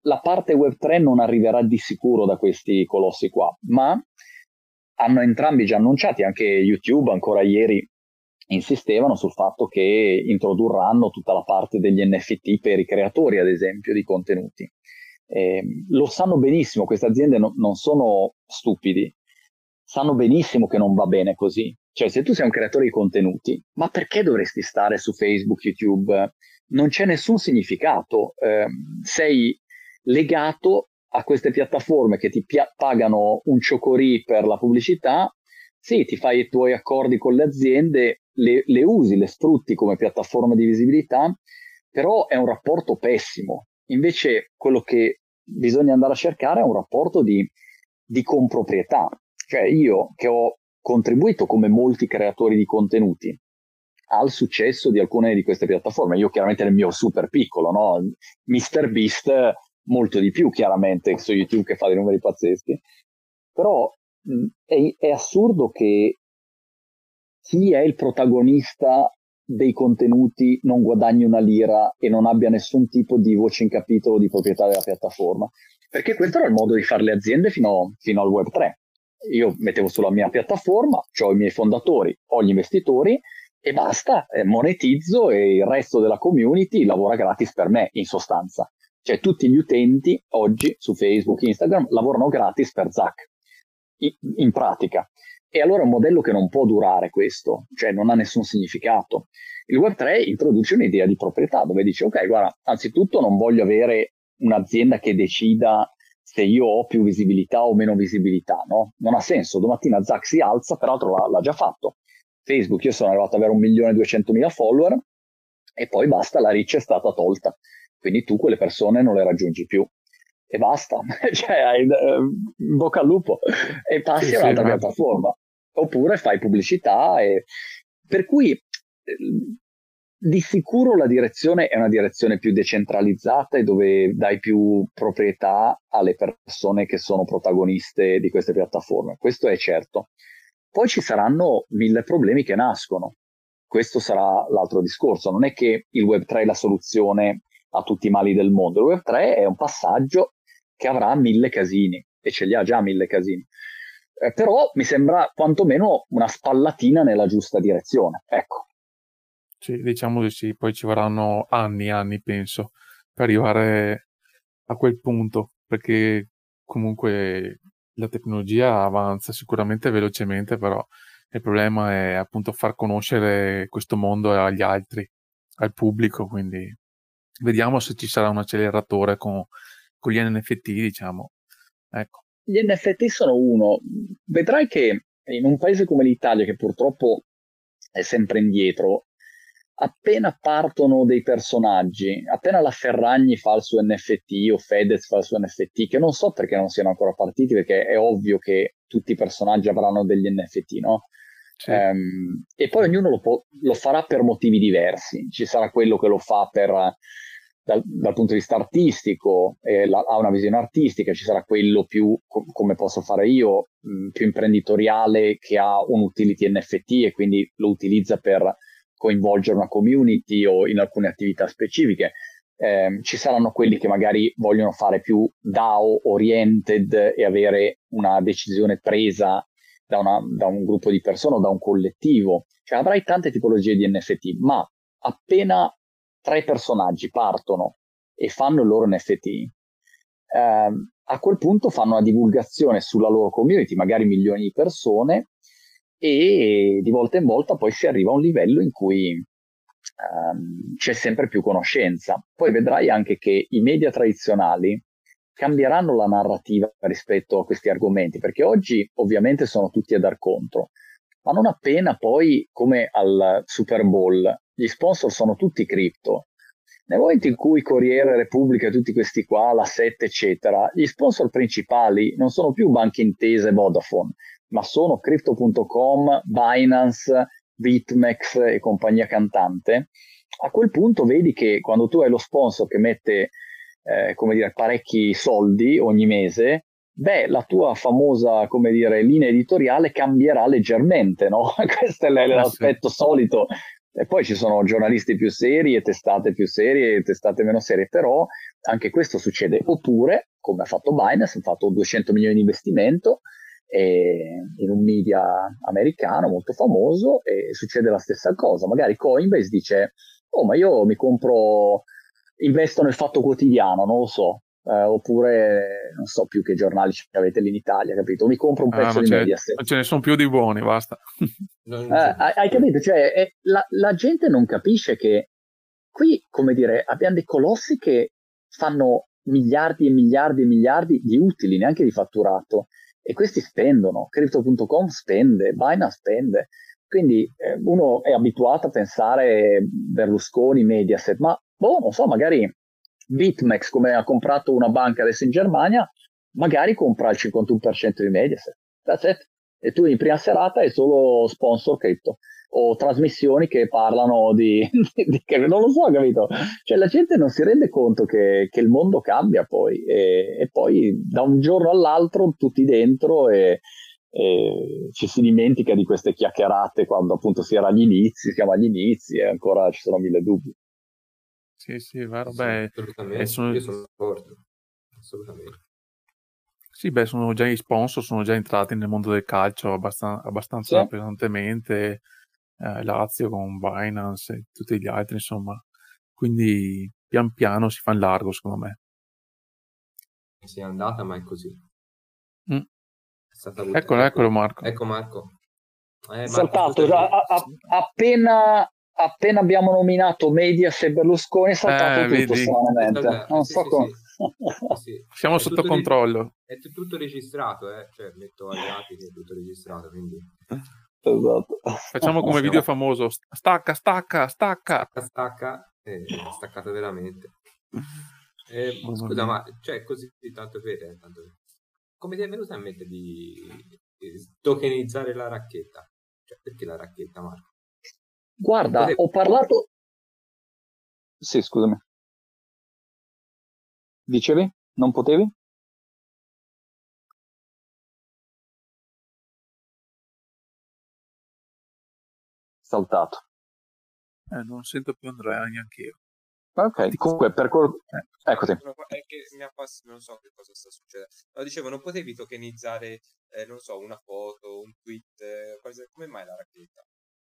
la parte Web3 non arriverà di sicuro da questi colossi qua, ma hanno entrambi già annunciati, anche YouTube ancora ieri insistevano sul fatto che introdurranno tutta la parte degli NFT per i creatori, ad esempio, di contenuti. Lo sanno benissimo, queste aziende non sono stupidi, sanno benissimo che non va bene così. Cioè, se tu sei un creatore di contenuti, ma perché dovresti stare su Facebook, YouTube? Non c'è nessun significato. Sei legato a queste piattaforme che ti pagano un cioccorì per la pubblicità. Sì, ti fai i tuoi accordi con le aziende, le usi, le sfrutti come piattaforma di visibilità, però è un rapporto pessimo. Invece quello che bisogna andare a cercare è un rapporto di comproprietà. Cioè io che ho contribuito come molti creatori di contenuti al successo di alcune di queste piattaforme, io chiaramente nel mio super piccolo, no? MrBeast molto di più chiaramente su YouTube, che fa dei numeri pazzeschi, però è assurdo che chi è il protagonista dei contenuti non guadagni una lira e non abbia nessun tipo di voce in capitolo di proprietà della piattaforma, perché questo era il modo di fare le aziende fino al Web3. Io mettevo sulla mia piattaforma, ho i miei fondatori, ho gli investitori e basta, monetizzo e il resto della community lavora gratis per me, in sostanza. Cioè tutti gli utenti oggi su Facebook, Instagram lavorano gratis per Zuck, in pratica. E allora è un modello che non può durare questo, cioè non ha nessun significato. Il Web3 introduce un'idea di proprietà dove dice ok, guarda, anzitutto non voglio avere un'azienda che decida se io ho più visibilità o meno visibilità, no? Non ha senso, domattina Zuck si alza, peraltro l'ha già fatto. Facebook, io sono arrivato ad avere 1.200.000 follower e poi basta, la reach è stata tolta. Quindi tu quelle persone non le raggiungi più. E basta, cioè bocca al lupo e passi a un'altra piattaforma, oppure fai pubblicità per cui di sicuro la direzione è una direzione più decentralizzata e dove dai più proprietà alle persone che sono protagoniste di queste piattaforme, questo è certo. Poi ci saranno 1000 problemi che nascono, questo sarà l'altro discorso, non è che il Web3 è la soluzione a tutti i mali del mondo, il Web3 è un passaggio che avrà 1000 casini, e ce li ha già 1000 casini. Però mi sembra quantomeno una spallatina nella giusta direzione, ecco. Sì, diciamo di sì, poi ci vorranno anni, penso, per arrivare a quel punto, perché comunque la tecnologia avanza sicuramente velocemente, però il problema è appunto far conoscere questo mondo agli altri, al pubblico, quindi vediamo se ci sarà un acceleratore con gli NFT, diciamo. Ecco. Gli NFT sono uno. Vedrai che in un paese come l'Italia, che purtroppo è sempre indietro, appena partono dei personaggi, appena la Ferragni fa il suo NFT o Fedez fa il suo NFT, che non so perché non siano ancora partiti, perché è ovvio che tutti i personaggi avranno degli NFT, no? Sì. E poi ognuno lo farà per motivi diversi. Ci sarà quello che lo fa dal punto di vista artistico, ha una visione artistica, ci sarà quello più, come posso fare io, più imprenditoriale, che ha un utility NFT e quindi lo utilizza per coinvolgere una community o in alcune attività specifiche. Ci saranno quelli che magari vogliono fare più DAO oriented e avere una decisione presa da un gruppo di persone o da un collettivo. Cioè avrai tante tipologie di NFT, ma appena 3 personaggi partono e fanno il loro NFT, a quel punto fanno una divulgazione sulla loro community, magari milioni di persone, e di volta in volta poi si arriva a un livello in cui c'è sempre più conoscenza. Poi vedrai anche che i media tradizionali cambieranno la narrativa rispetto a questi argomenti, perché oggi ovviamente sono tutti a dar contro, ma non appena poi, come al Super Bowl, gli sponsor sono tutti cripto. Nel momento in cui Corriere Repubblica e tutti questi qua, la 7 eccetera, gli sponsor principali non sono più Banca Intesa e Vodafone, ma sono Crypto.com, Binance, BitMEX e compagnia cantante. A quel punto vedi che quando tu hai lo sponsor che mette parecchi soldi ogni mese, la tua famosa, linea editoriale cambierà leggermente, no? Questo è l'aspetto solito E poi ci sono giornalisti più seri e testate meno serie, però anche questo succede. Oppure, come ha fatto Binance, ha fatto 200 milioni di investimento in un media americano molto famoso, e succede la stessa cosa. Magari Coinbase dice, oh, ma io mi compro, investo nel Fatto Quotidiano, non lo so, oppure non so più che giornali avete lì in Italia, capito? Mi compro un pezzo non di Mediaset. ce ne sono più di buoni, basta. Hai capito? Cioè, la gente non capisce che qui, come dire, abbiamo dei colossi che fanno miliardi e miliardi e miliardi di utili, neanche di fatturato, e questi spendono. Crypto.com spende, Binance spende. Quindi uno è abituato a pensare Berlusconi, Mediaset, ma boh, non so, magari BitMEX, come ha comprato una banca adesso in Germania, magari compra il 51% di Mediaset. That's it. E tu in prima serata hai solo sponsor cripto o trasmissioni che parlano non lo so, capito? Cioè la gente non si rende conto che il mondo cambia poi, e poi da un giorno all'altro tutti dentro, e ci si dimentica di queste chiacchierate quando appunto siamo agli inizi e ancora ci sono mille dubbi. Sì, vero. Sì, Beh, assolutamente. Io sono d'accordo, assolutamente. sì, beh, sono già gli sponsor, sono già entrati nel mondo del calcio abbastanza Sì. pesantemente, Lazio con Binance e tutti gli altri, insomma. Quindi pian piano si fa in largo, secondo me. Si è andata, ma è così. Mm. È stata buttata Eccolo fuori. Marco. Ecco Marco. Saltato, Marco, appena abbiamo nominato Medias e Berlusconi è saltato tutto Vedi, stranamente. Non sì, so sì, come. sì. siamo È sotto tutto controllo. è tutto registrato, cioè metto ai lati che è tutto registrato, quindi Esatto. Facciamo come video famoso, stacca, è staccato veramente. Mamma Scusa, mia. ma cioè così tanto come ti è venuto in mente di tokenizzare la racchetta? Cioè, perché la racchetta, Marco? Guarda, ho parlato. Sì, scusami. Dicevi? Non potevi? Saltato. Non sento più Andrea neanche io. Ok, comunque eccoti. È che non so che cosa sta succedendo. No, dicevo, non potevi tokenizzare, non so, una foto, un tweet, come mai la racchetta?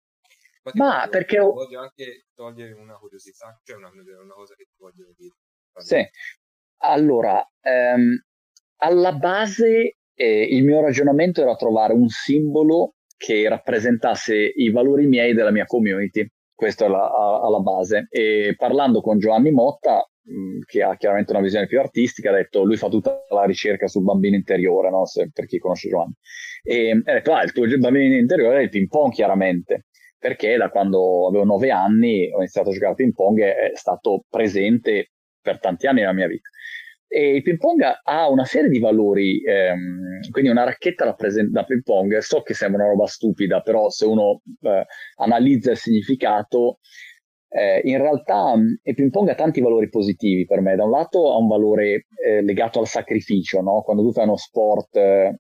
Ma perché voglio anche togliere una curiosità, cioè una cosa che ti voglio dire. Sì. Allora, alla base il mio ragionamento era trovare un simbolo che rappresentasse i valori miei della mia community. Questo è alla base. E parlando con Giovanni Motta, che ha chiaramente una visione più artistica, ha detto, lui fa tutta la ricerca sul bambino interiore, no? Per chi conosce Giovanni. E ha detto, il tuo bambino interiore è il ping pong, chiaramente, perché da quando avevo 9 anni ho iniziato a giocare a ping pong, è stato presente per tanti anni nella mia vita. E il ping pong ha una serie di valori, quindi una racchetta da ping pong, so che sembra una roba stupida, però se uno analizza il significato, in realtà il ping pong ha tanti valori positivi per me. Da un lato ha un valore legato al sacrificio, no? Quando tu fai uno sport,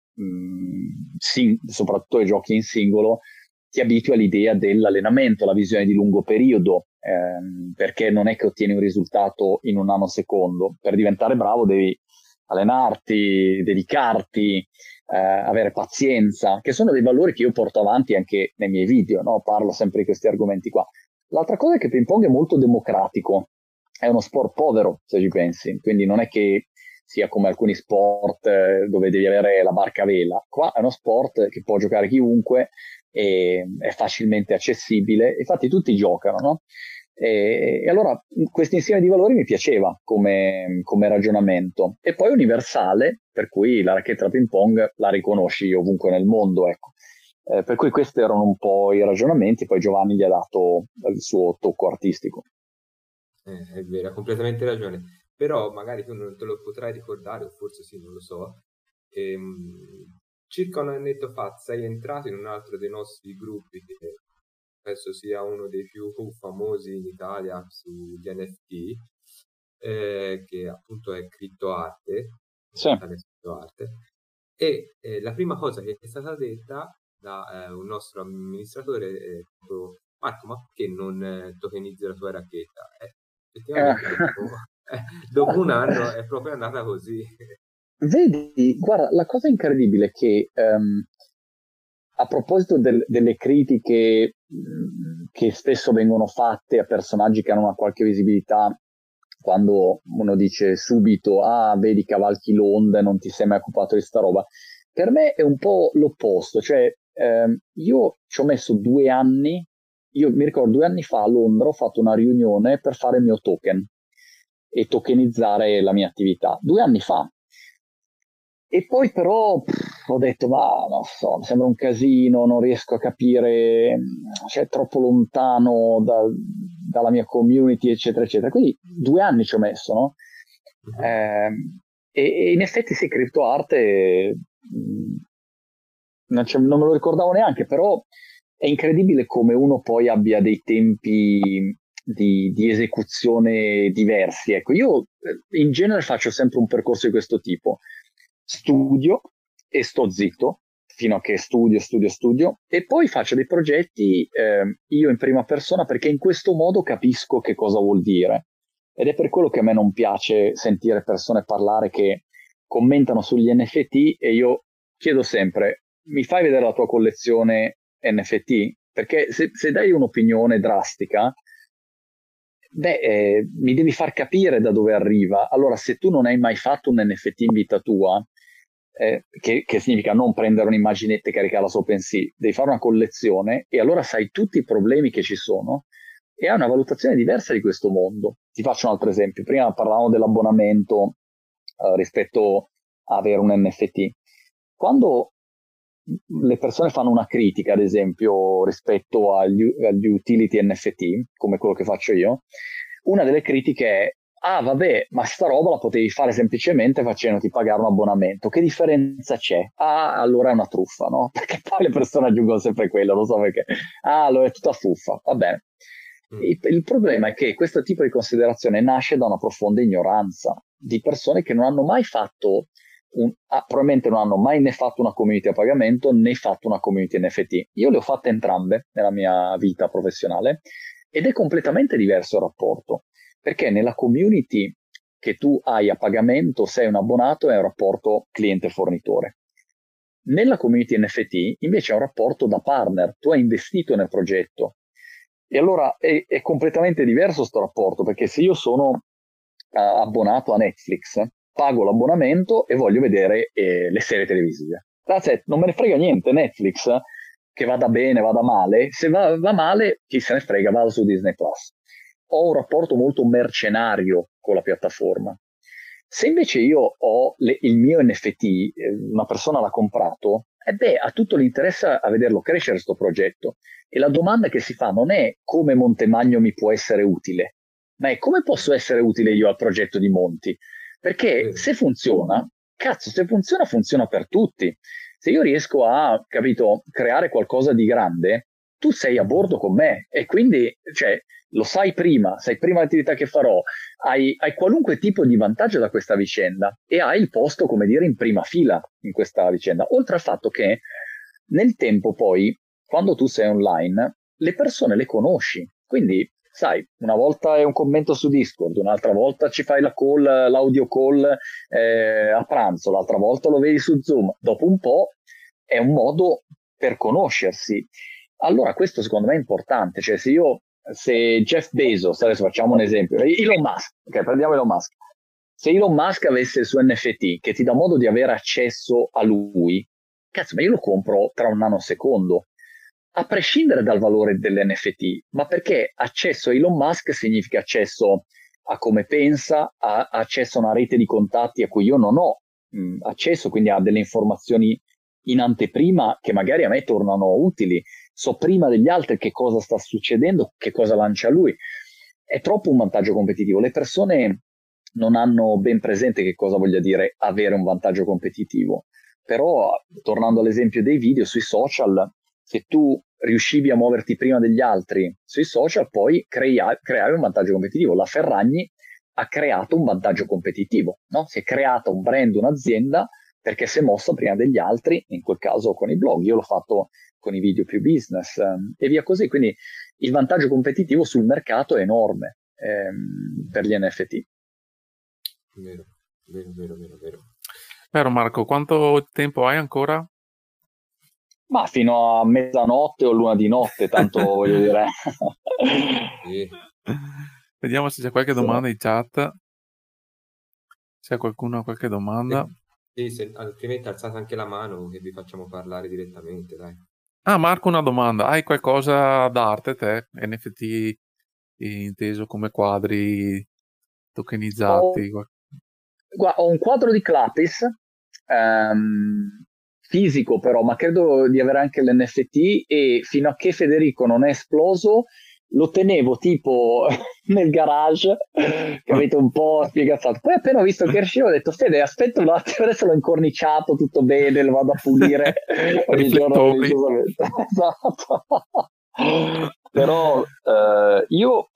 soprattutto i giochi in singolo, ti abitui all'idea dell'allenamento, la visione di lungo periodo, perché non è che ottieni un risultato in un nanosecondo. Per diventare bravo devi allenarti, dedicarti, avere pazienza, che sono dei valori che io porto avanti anche nei miei video, no? Parlo sempre di questi argomenti qua. L'altra cosa è che il ping pong è molto democratico, è uno sport povero, se ci pensi, quindi non è che sia come alcuni sport dove devi avere la barca a vela. Qua è uno sport che può giocare chiunque, e è facilmente accessibile, infatti tutti giocano, no? E allora questo insieme di valori mi piaceva come ragionamento, e poi universale, per cui la racchetta da ping pong la riconosci ovunque nel mondo, ecco. Per cui questi erano un po' i ragionamenti, poi Giovanni gli ha dato il suo tocco artistico. È vero, ha completamente ragione. Però magari tu non te lo potrai ricordare, o forse sì, non lo so. Circa un annetto fa sei entrato in un altro dei nostri gruppi, che penso sia uno dei più famosi in Italia sugli NFT, che appunto è CryptoArte, Sì. E la prima cosa che è stata detta da un nostro amministratore è proprio: Marco, ma perché non tokenizzi la tua racchetta? Effettivamente dopo un anno è proprio andata così. Vedi, guarda, la cosa incredibile è che a proposito delle critiche che spesso vengono fatte a personaggi che hanno una qualche visibilità, quando uno dice subito, ah, vedi, cavalchi l'onda e non ti sei mai occupato di sta roba, per me è un po' l'opposto, cioè io ci ho messo 2 anni, io mi ricordo 2 anni fa a Londra ho fatto una riunione per fare il mio token e tokenizzare la mia attività, 2 anni fa. E poi però ho detto, ma non so, mi sembra un casino, non riesco a capire, cioè è troppo lontano dalla mia community, eccetera, eccetera. Quindi 2 anni ci ho messo, no? E in effetti sì, CryptoArt non me lo ricordavo neanche, però è incredibile come uno poi abbia dei tempi di esecuzione diversi. Ecco, io in genere faccio sempre un percorso di questo tipo. Studio e sto zitto fino a che studio e poi faccio dei progetti io in prima persona perché in questo modo capisco che cosa vuol dire ed è per quello che a me non piace sentire persone parlare che commentano sugli NFT e io chiedo sempre mi fai vedere la tua collezione NFT? Perché se dai un'opinione drastica mi devi far capire da dove arriva. Allora, se tu non hai mai fatto un NFT in vita tua, che significa non prendere un'immaginetta e caricarla su OpenSea, devi fare una collezione e allora sai tutti i problemi che ci sono e hai una valutazione diversa di questo mondo. Ti faccio un altro esempio. Prima parlavamo dell'abbonamento rispetto a avere un NFT. Quando le persone fanno una critica, ad esempio, rispetto agli utility NFT, come quello che faccio io, una delle critiche è ah vabbè, ma sta roba la potevi fare semplicemente facendoti pagare un abbonamento, che differenza c'è? Ah, allora è una truffa, no? Perché poi le persone aggiungono sempre quello, non so perché. Ah, allora è tutta fuffa, va bene. Il problema è che questo tipo di considerazione nasce da una profonda ignoranza di persone che non hanno mai fatto, probabilmente non hanno mai né fatto una community a pagamento né fatto una community NFT. Io le ho fatte entrambe nella mia vita professionale ed è completamente diverso il rapporto, perché nella community che tu hai a pagamento sei un abbonato è un rapporto cliente-fornitore. Nella community NFT invece è un rapporto da partner, tu hai investito nel progetto. E allora è completamente diverso questo rapporto, perché se io sono abbonato a Netflix, pago l'abbonamento e voglio vedere le serie televisive. Non me ne frega niente Netflix, che vada bene, vada male. Se va male, chi se ne frega, vado su Disney Plus. Ho un rapporto molto mercenario con la piattaforma. Se invece io ho il mio NFT, una persona l'ha comprato, ha tutto l'interesse a vederlo crescere questo progetto. E la domanda che si fa non è come Montemagno mi può essere utile, ma è come posso essere utile io al progetto di Monti. Perché se funziona, funziona per tutti. Se io riesco a, capito, creare qualcosa di grande, tu sei a bordo con me e quindi, cioè, lo sai prima l'attività che farò, hai qualunque tipo di vantaggio da questa vicenda e hai il posto, come dire, in prima fila in questa vicenda. Oltre al fatto che nel tempo poi, quando tu sei online, le persone le conosci, quindi sai, una volta è un commento su Discord, un'altra volta ci fai l'audio call a pranzo, l'altra volta lo vedi su Zoom. Dopo un po' è un modo per conoscersi. Allora questo secondo me è importante, cioè se Jeff Bezos, adesso facciamo un esempio, Elon Musk, ok, prendiamo Elon Musk. Se Elon Musk avesse il suo NFT che ti dà modo di avere accesso a lui, cazzo, ma io lo compro tra un nanosecondo, a prescindere dal valore dell'NFT, ma perché accesso a Elon Musk significa accesso a come pensa, accesso a una rete di contatti a cui io non ho accesso, quindi a delle informazioni in anteprima che magari a me tornano utili, so prima degli altri che cosa sta succedendo, che cosa lancia lui. È troppo un vantaggio competitivo. Le persone non hanno ben presente che cosa voglia dire avere un vantaggio competitivo. Però, tornando all'esempio dei video sui social, se tu riuscivi a muoverti prima degli altri sui social, poi creavi un vantaggio competitivo. La Ferragni ha creato un vantaggio competitivo, no? Si è creata un brand, un'azienda, perché si è mossa prima degli altri, in quel caso con i blog. Io l'ho fatto con i video più business e via così. Quindi il vantaggio competitivo sul mercato è enorme per gli NFT. Vero, vero, vero, vero, vero. Vero Marco, quanto tempo hai ancora? Ma fino a mezzanotte o l'una di notte, tanto voglio dire. Sì. Vediamo se c'è qualche domanda in chat. C'è qualcuno ha qualche domanda? Sì, altrimenti alzate anche la mano che vi facciamo parlare direttamente, dai. Ah, Marco, una domanda. Hai qualcosa d'arte te? NFT inteso come quadri tokenizzati? Ho un quadro di Clapis, fisico però, ma credo di avere anche l'NFT, e fino a che Federico non è esploso lo tenevo tipo nel garage, che avete un po' spiegazzato. Poi appena ho visto che usciva ho detto: Fede, aspetta un attimo, adesso l'ho incorniciato tutto bene, lo vado a pulire ogni giorno Riflettori. religiosamente. Esatto. Però io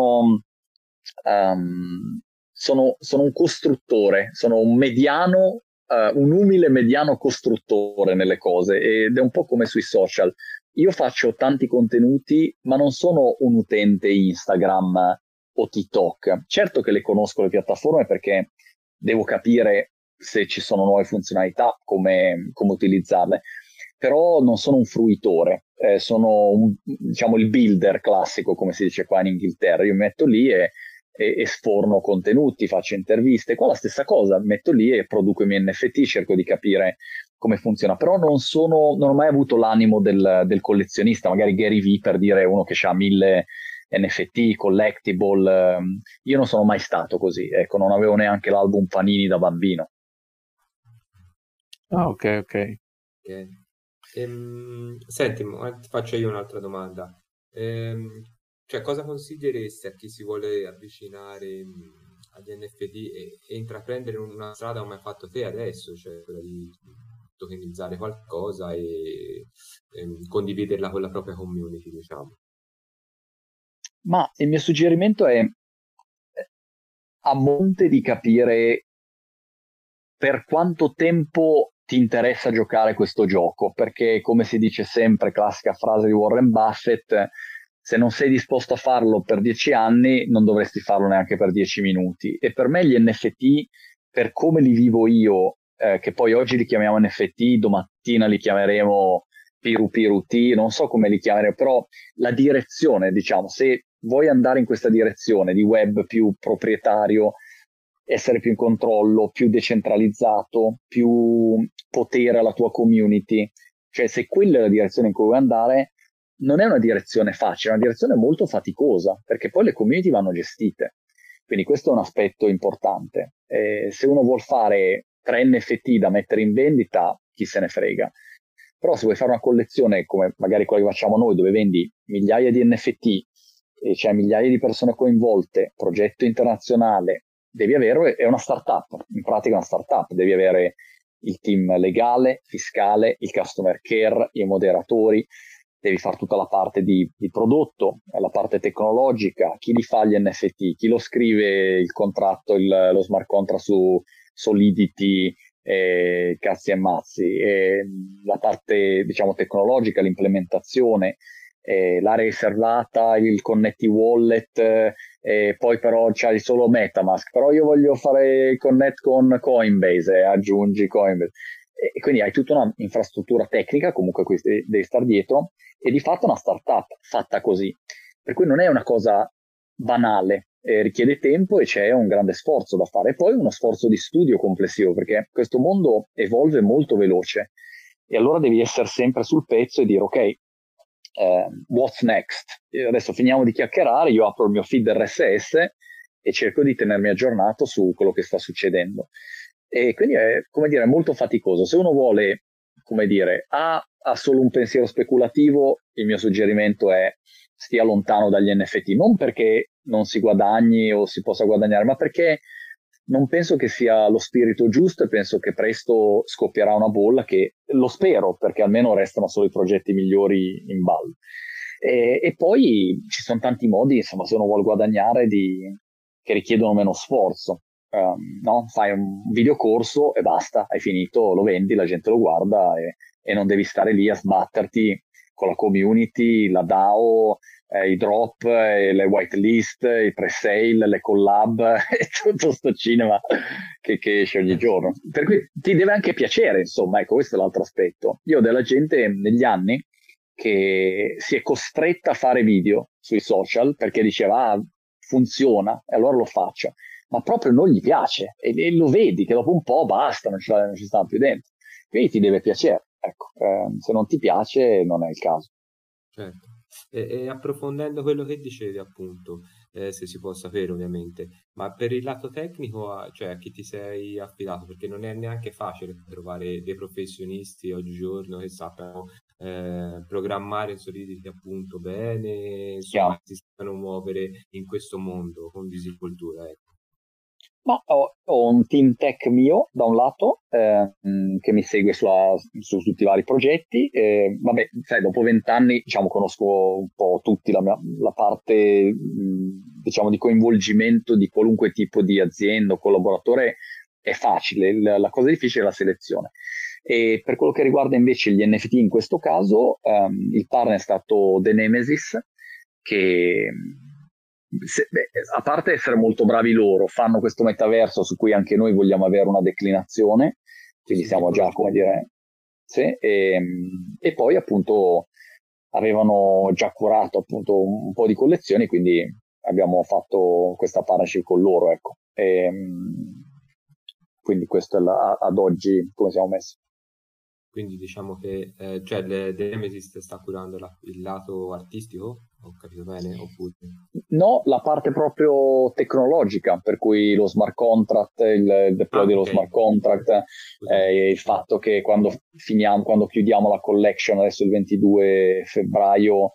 sono un costruttore, sono un mediano, un umile mediano costruttore nelle cose, ed è un po' come sui social. Io faccio tanti contenuti, ma non sono un utente Instagram o TikTok. Certo che le conosco le piattaforme, perché devo capire se ci sono nuove funzionalità, come utilizzarle, però non sono un fruitore, sono diciamo il builder classico, come si dice qua in Inghilterra. Io mi metto lì e sforno contenuti, faccio interviste. Qua la stessa cosa, mi metto lì e produco i miei NFT, cerco di capire come funziona, però non ho mai avuto l'animo del collezionista, magari Gary Vee, per dire, uno che ha 1000 NFT, collectible. Io non sono mai stato così, ecco, non avevo neanche l'album Panini da bambino. Ah, ok. Ok. Senti, ti faccio io un'altra domanda. Cioè, cosa consiglieresti a chi si vuole avvicinare agli NFT e intraprendere una strada come hai fatto te adesso, cioè quella di tokenizzare qualcosa e condividerla con la propria community, diciamo? Ma il mio suggerimento è, a monte di capire per quanto tempo ti interessa giocare questo gioco, perché, come si dice sempre, classica frase di Warren Buffett, se non sei disposto a farlo per 10 anni, non dovresti farlo neanche per 10 minuti. E per me gli NFT, per come li vivo io, che poi oggi li chiamiamo NFT, domattina li chiameremo Piru, non so come li chiameremo, però la direzione, diciamo, se vuoi andare in questa direzione di web più proprietario, essere più in controllo, più decentralizzato, più potere alla tua community, cioè se quella è la direzione in cui vuoi andare, non è una direzione facile, è una direzione molto faticosa, perché poi le community vanno gestite. Quindi questo è un aspetto importante. Se uno vuol fare 3 NFT da mettere in vendita, chi se ne frega. Però se vuoi fare una collezione come magari quella che facciamo noi, dove vendi migliaia di NFT e c'è migliaia di persone coinvolte, progetto internazionale, devi avere, è una startup, in pratica è una startup, devi avere il team legale, fiscale, il customer care, i moderatori, devi fare tutta la parte di prodotto, la parte tecnologica, chi li fa gli NFT, chi lo scrive il contratto, lo smart contract su Solidity, cazzi e mazzi, la parte, diciamo, tecnologica, l'implementazione, l'area riservata, il connetti wallet, poi però c'hai solo MetaMask, però io voglio fare connect con Coinbase, aggiungi Coinbase. E quindi hai tutta una infrastruttura tecnica, comunque devi stare dietro, e di fatto una startup fatta così. Per cui non è una cosa banale, richiede tempo e c'è un grande sforzo da fare. E poi uno sforzo di studio complessivo, perché questo mondo evolve molto veloce, e allora devi essere sempre sul pezzo e dire: ok, what's next? Adesso finiamo di chiacchierare, io apro il mio feed RSS e cerco di tenermi aggiornato su quello che sta succedendo. E quindi è, come dire, molto faticoso. Se uno vuole, come dire, ha solo un pensiero speculativo, il mio suggerimento è: stia lontano dagli NFT, non perché non si guadagni o si possa guadagnare, ma perché non penso che sia lo spirito giusto, e penso che presto scoppierà una bolla, che lo spero, perché almeno restano solo i progetti migliori in ballo. E poi ci sono tanti modi, insomma, se uno vuole guadagnare, che richiedono meno sforzo. No? Fai un videocorso e basta, hai finito, lo vendi, la gente lo guarda, e non devi stare lì a sbatterti con la community, la DAO, i drop, le whitelist, i pre-sale, le collab e tutto sto cinema che esce ogni giorno. Per cui ti deve anche piacere, insomma, ecco, questo è l'altro aspetto. Io ho della gente negli anni che si è costretta a fare video sui social perché diceva funziona e allora lo faccio, ma proprio non gli piace e lo vedi che dopo un po' basta, non ci stanno più dentro. Quindi ti deve piacere, ecco, se non ti piace non è il caso. Certo. E approfondendo quello che dicevi, appunto, se si può sapere ovviamente, ma per il lato tecnico, cioè a chi ti sei affidato? Perché non è neanche facile trovare dei professionisti oggigiorno che sappiano programmare in Solidity appunto bene, insomma, si sappiano muovere in questo mondo con Visicultura, ecco. Ma ho un team tech mio da un lato che mi segue su tutti i vari progetti. Vabbè, sai, dopo 20 anni diciamo, conosco un po' tutti la parte diciamo, di coinvolgimento di qualunque tipo di azienda o collaboratore è facile, la cosa difficile è la selezione. E per quello che riguarda invece gli NFT in questo caso, il partner è stato The Nemesis, che a parte essere molto bravi loro, fanno questo metaverso su cui anche noi vogliamo avere una declinazione, quindi siamo già, come dire, sì, e poi appunto avevano già curato appunto un po' di collezioni, quindi abbiamo fatto questa partnership con loro, ecco. Quindi questo è ad oggi come siamo messi. Quindi diciamo che cioè The Nemesis sta curando il lato artistico, ho capito bene? Oppure... No, la parte proprio tecnologica, per cui lo smart contract, il deploy dello smart contract, il fatto che quando chiudiamo la collection adesso il 22 febbraio,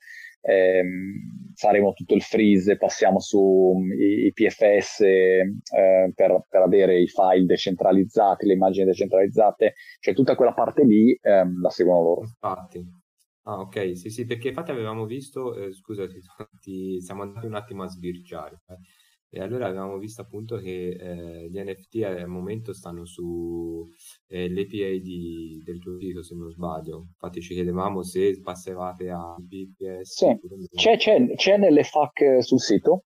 faremo tutto il freeze, passiamo su i PFS per avere i file decentralizzati, le immagini decentralizzate, cioè tutta quella parte lì la seguono loro. Infatti. Ah, ok, sì, perché infatti avevamo visto, scusa, siamo andati un attimo a sbirciare, e allora avevamo visto appunto che gli NFT al momento stanno su l'API del tuo sito, se non sbaglio. Infatti ci chiedevamo se passavate a PPS. Sì, c'è nelle FAQ sul sito,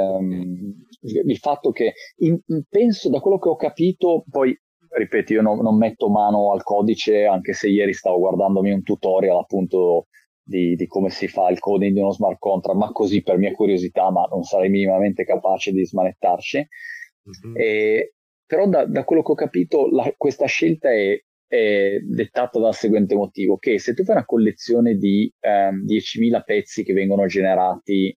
il fatto che penso, da quello che ho capito, poi ripeto, io non metto mano al codice, anche se ieri stavo guardandomi un tutorial appunto di come si fa il coding di uno smart contract, ma così per mia curiosità, ma non sarei minimamente capace di smanettarci. Però da quello che ho capito questa scelta è dettata dal seguente motivo, che se tu fai una collezione di 10.000 pezzi che vengono generati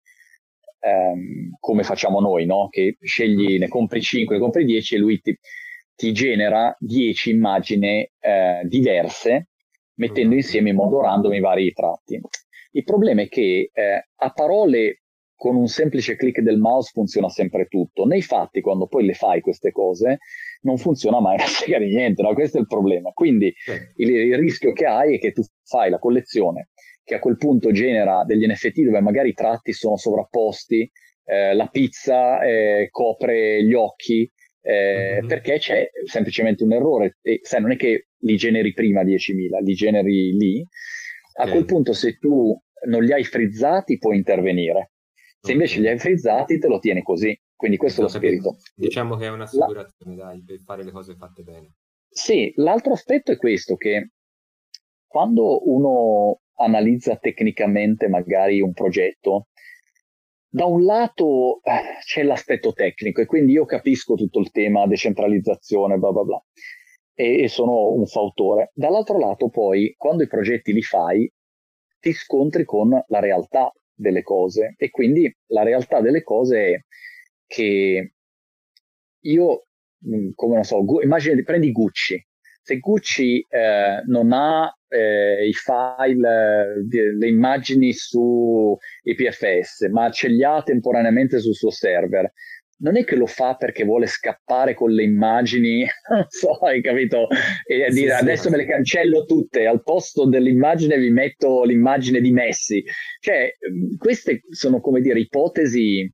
come facciamo noi, no? Che scegli, ne compri 5, ne compri 10 e lui ti genera 10 immagini diverse, mettendo insieme in modo random i vari tratti. Il problema è che a parole con un semplice click del mouse funziona sempre tutto, nei fatti quando poi le fai queste cose non funziona mai una sega di niente, no? Questo è il problema. Quindi il rischio che hai è che tu fai la collezione che a quel punto genera degli NFT dove magari i tratti sono sovrapposti, la pizza copre gli occhi, perché c'è semplicemente un errore, e sai, non è che li generi prima 10.000, li generi lì. A quel punto se tu non li hai frizzati puoi intervenire, se invece li hai frizzati te lo tieni così, quindi questo è lo spirito. Diciamo che è un'assicurazione, dai, per fare le cose fatte bene. Sì, l'altro aspetto è questo, che quando uno analizza tecnicamente magari un progetto, da un lato c'è l'aspetto tecnico e quindi io capisco tutto il tema decentralizzazione, bla bla bla, e sono un fautore. Dall'altro lato poi, quando i progetti li fai, ti scontri con la realtà delle cose, e quindi la realtà delle cose è che io, come non so, immagini, prendi Gucci. Se Gucci non ha i file, le immagini su IPFS, ma ce li ha temporaneamente sul suo server, non è che lo fa perché vuole scappare con le immagini, non so, hai capito? E dire adesso me le cancello tutte, al posto dell'immagine vi metto l'immagine di Messi. Cioè, queste sono, come dire, ipotesi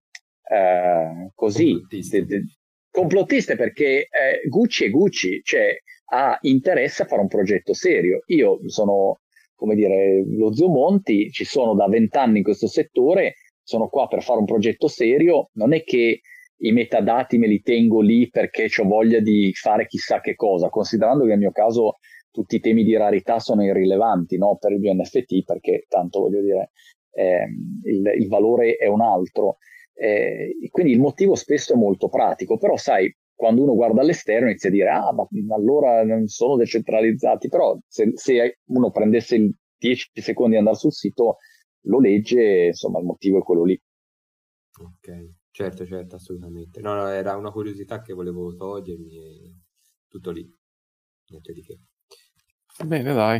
così complottiste, perché Gucci è Gucci, cioè ha interesse a fare un progetto serio. Io sono come dire, lo zio Monti, ci sono da 20 anni in questo settore, sono qua per fare un progetto serio, non è che i metadati me li tengo lì perché ho voglia di fare chissà che cosa, considerando che nel mio caso tutti i temi di rarità sono irrilevanti, no? Per il mio NFT, perché tanto voglio dire, il valore è un altro. Quindi il motivo spesso è molto pratico, però sai, quando uno guarda all'esterno inizia a dire ma allora non sono decentralizzati, però se uno prendesse il 10 secondi di andare sul sito, lo legge, insomma il motivo è quello lì. Ok, certo, assolutamente. No, era una curiosità che volevo togliermi e tutto lì, niente di che. Bene, dai.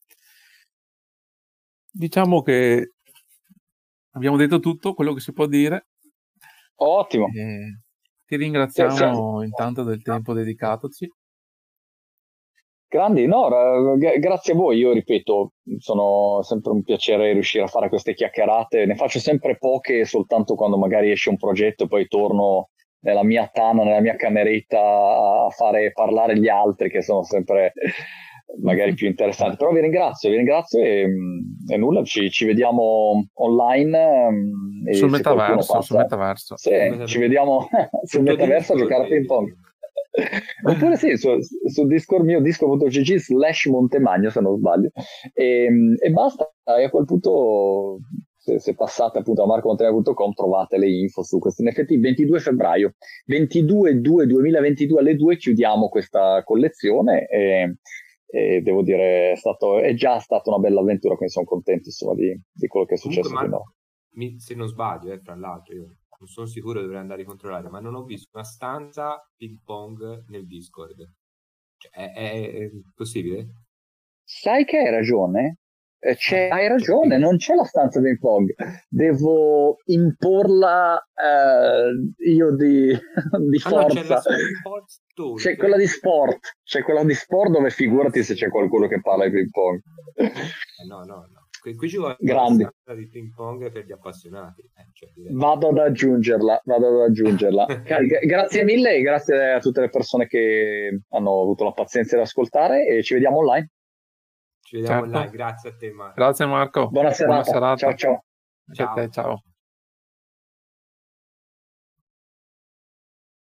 Diciamo che abbiamo detto tutto quello che si può dire. Ottimo. Ti ringraziamo intanto del tempo dedicatoci. Grandi, no, grazie a voi, io ripeto, sono sempre un piacere riuscire a fare queste chiacchierate, ne faccio sempre poche soltanto quando magari esce un progetto e poi torno nella mia tana, nella mia cameretta a fare parlare gli altri che sono sempre magari più interessanti, però vi ringrazio e nulla, ci vediamo online sul metaverso. Sì, ci vediamo sul metaverso a giocare a ping pong. Oppure sì, su Discord mio discord.gg/Montemagno se non sbaglio e basta, e a quel punto se passate appunto a marcomontemagno.com trovate le info su questo NFT. 22 febbraio 22/2/2022 alle 2 chiudiamo questa collezione e devo dire è già stata una bella avventura, quindi sono contento insomma di quello che è successo. Comunque, se non sbaglio, fra l'altro io non sono sicuro, dovrei andare a controllare, ma non ho visto una stanza ping pong nel Discord. Cioè, è possibile? Sai che hai ragione? Hai ragione, non c'è la stanza ping pong. Devo imporla io di forza. No, c'è quella di sport. C'è quella di sport dove figurati se c'è qualcuno che parla di ping pong. No. Qui ci vuole Grandi. una stanza di ping pong per gli appassionati. Vado ad aggiungerla. Grazie mille e grazie a tutte le persone che hanno avuto la pazienza di ascoltare e ci vediamo online. Ci vediamo online, grazie a te Marco. Grazie Marco. Buona serata. Ciao. Ciao.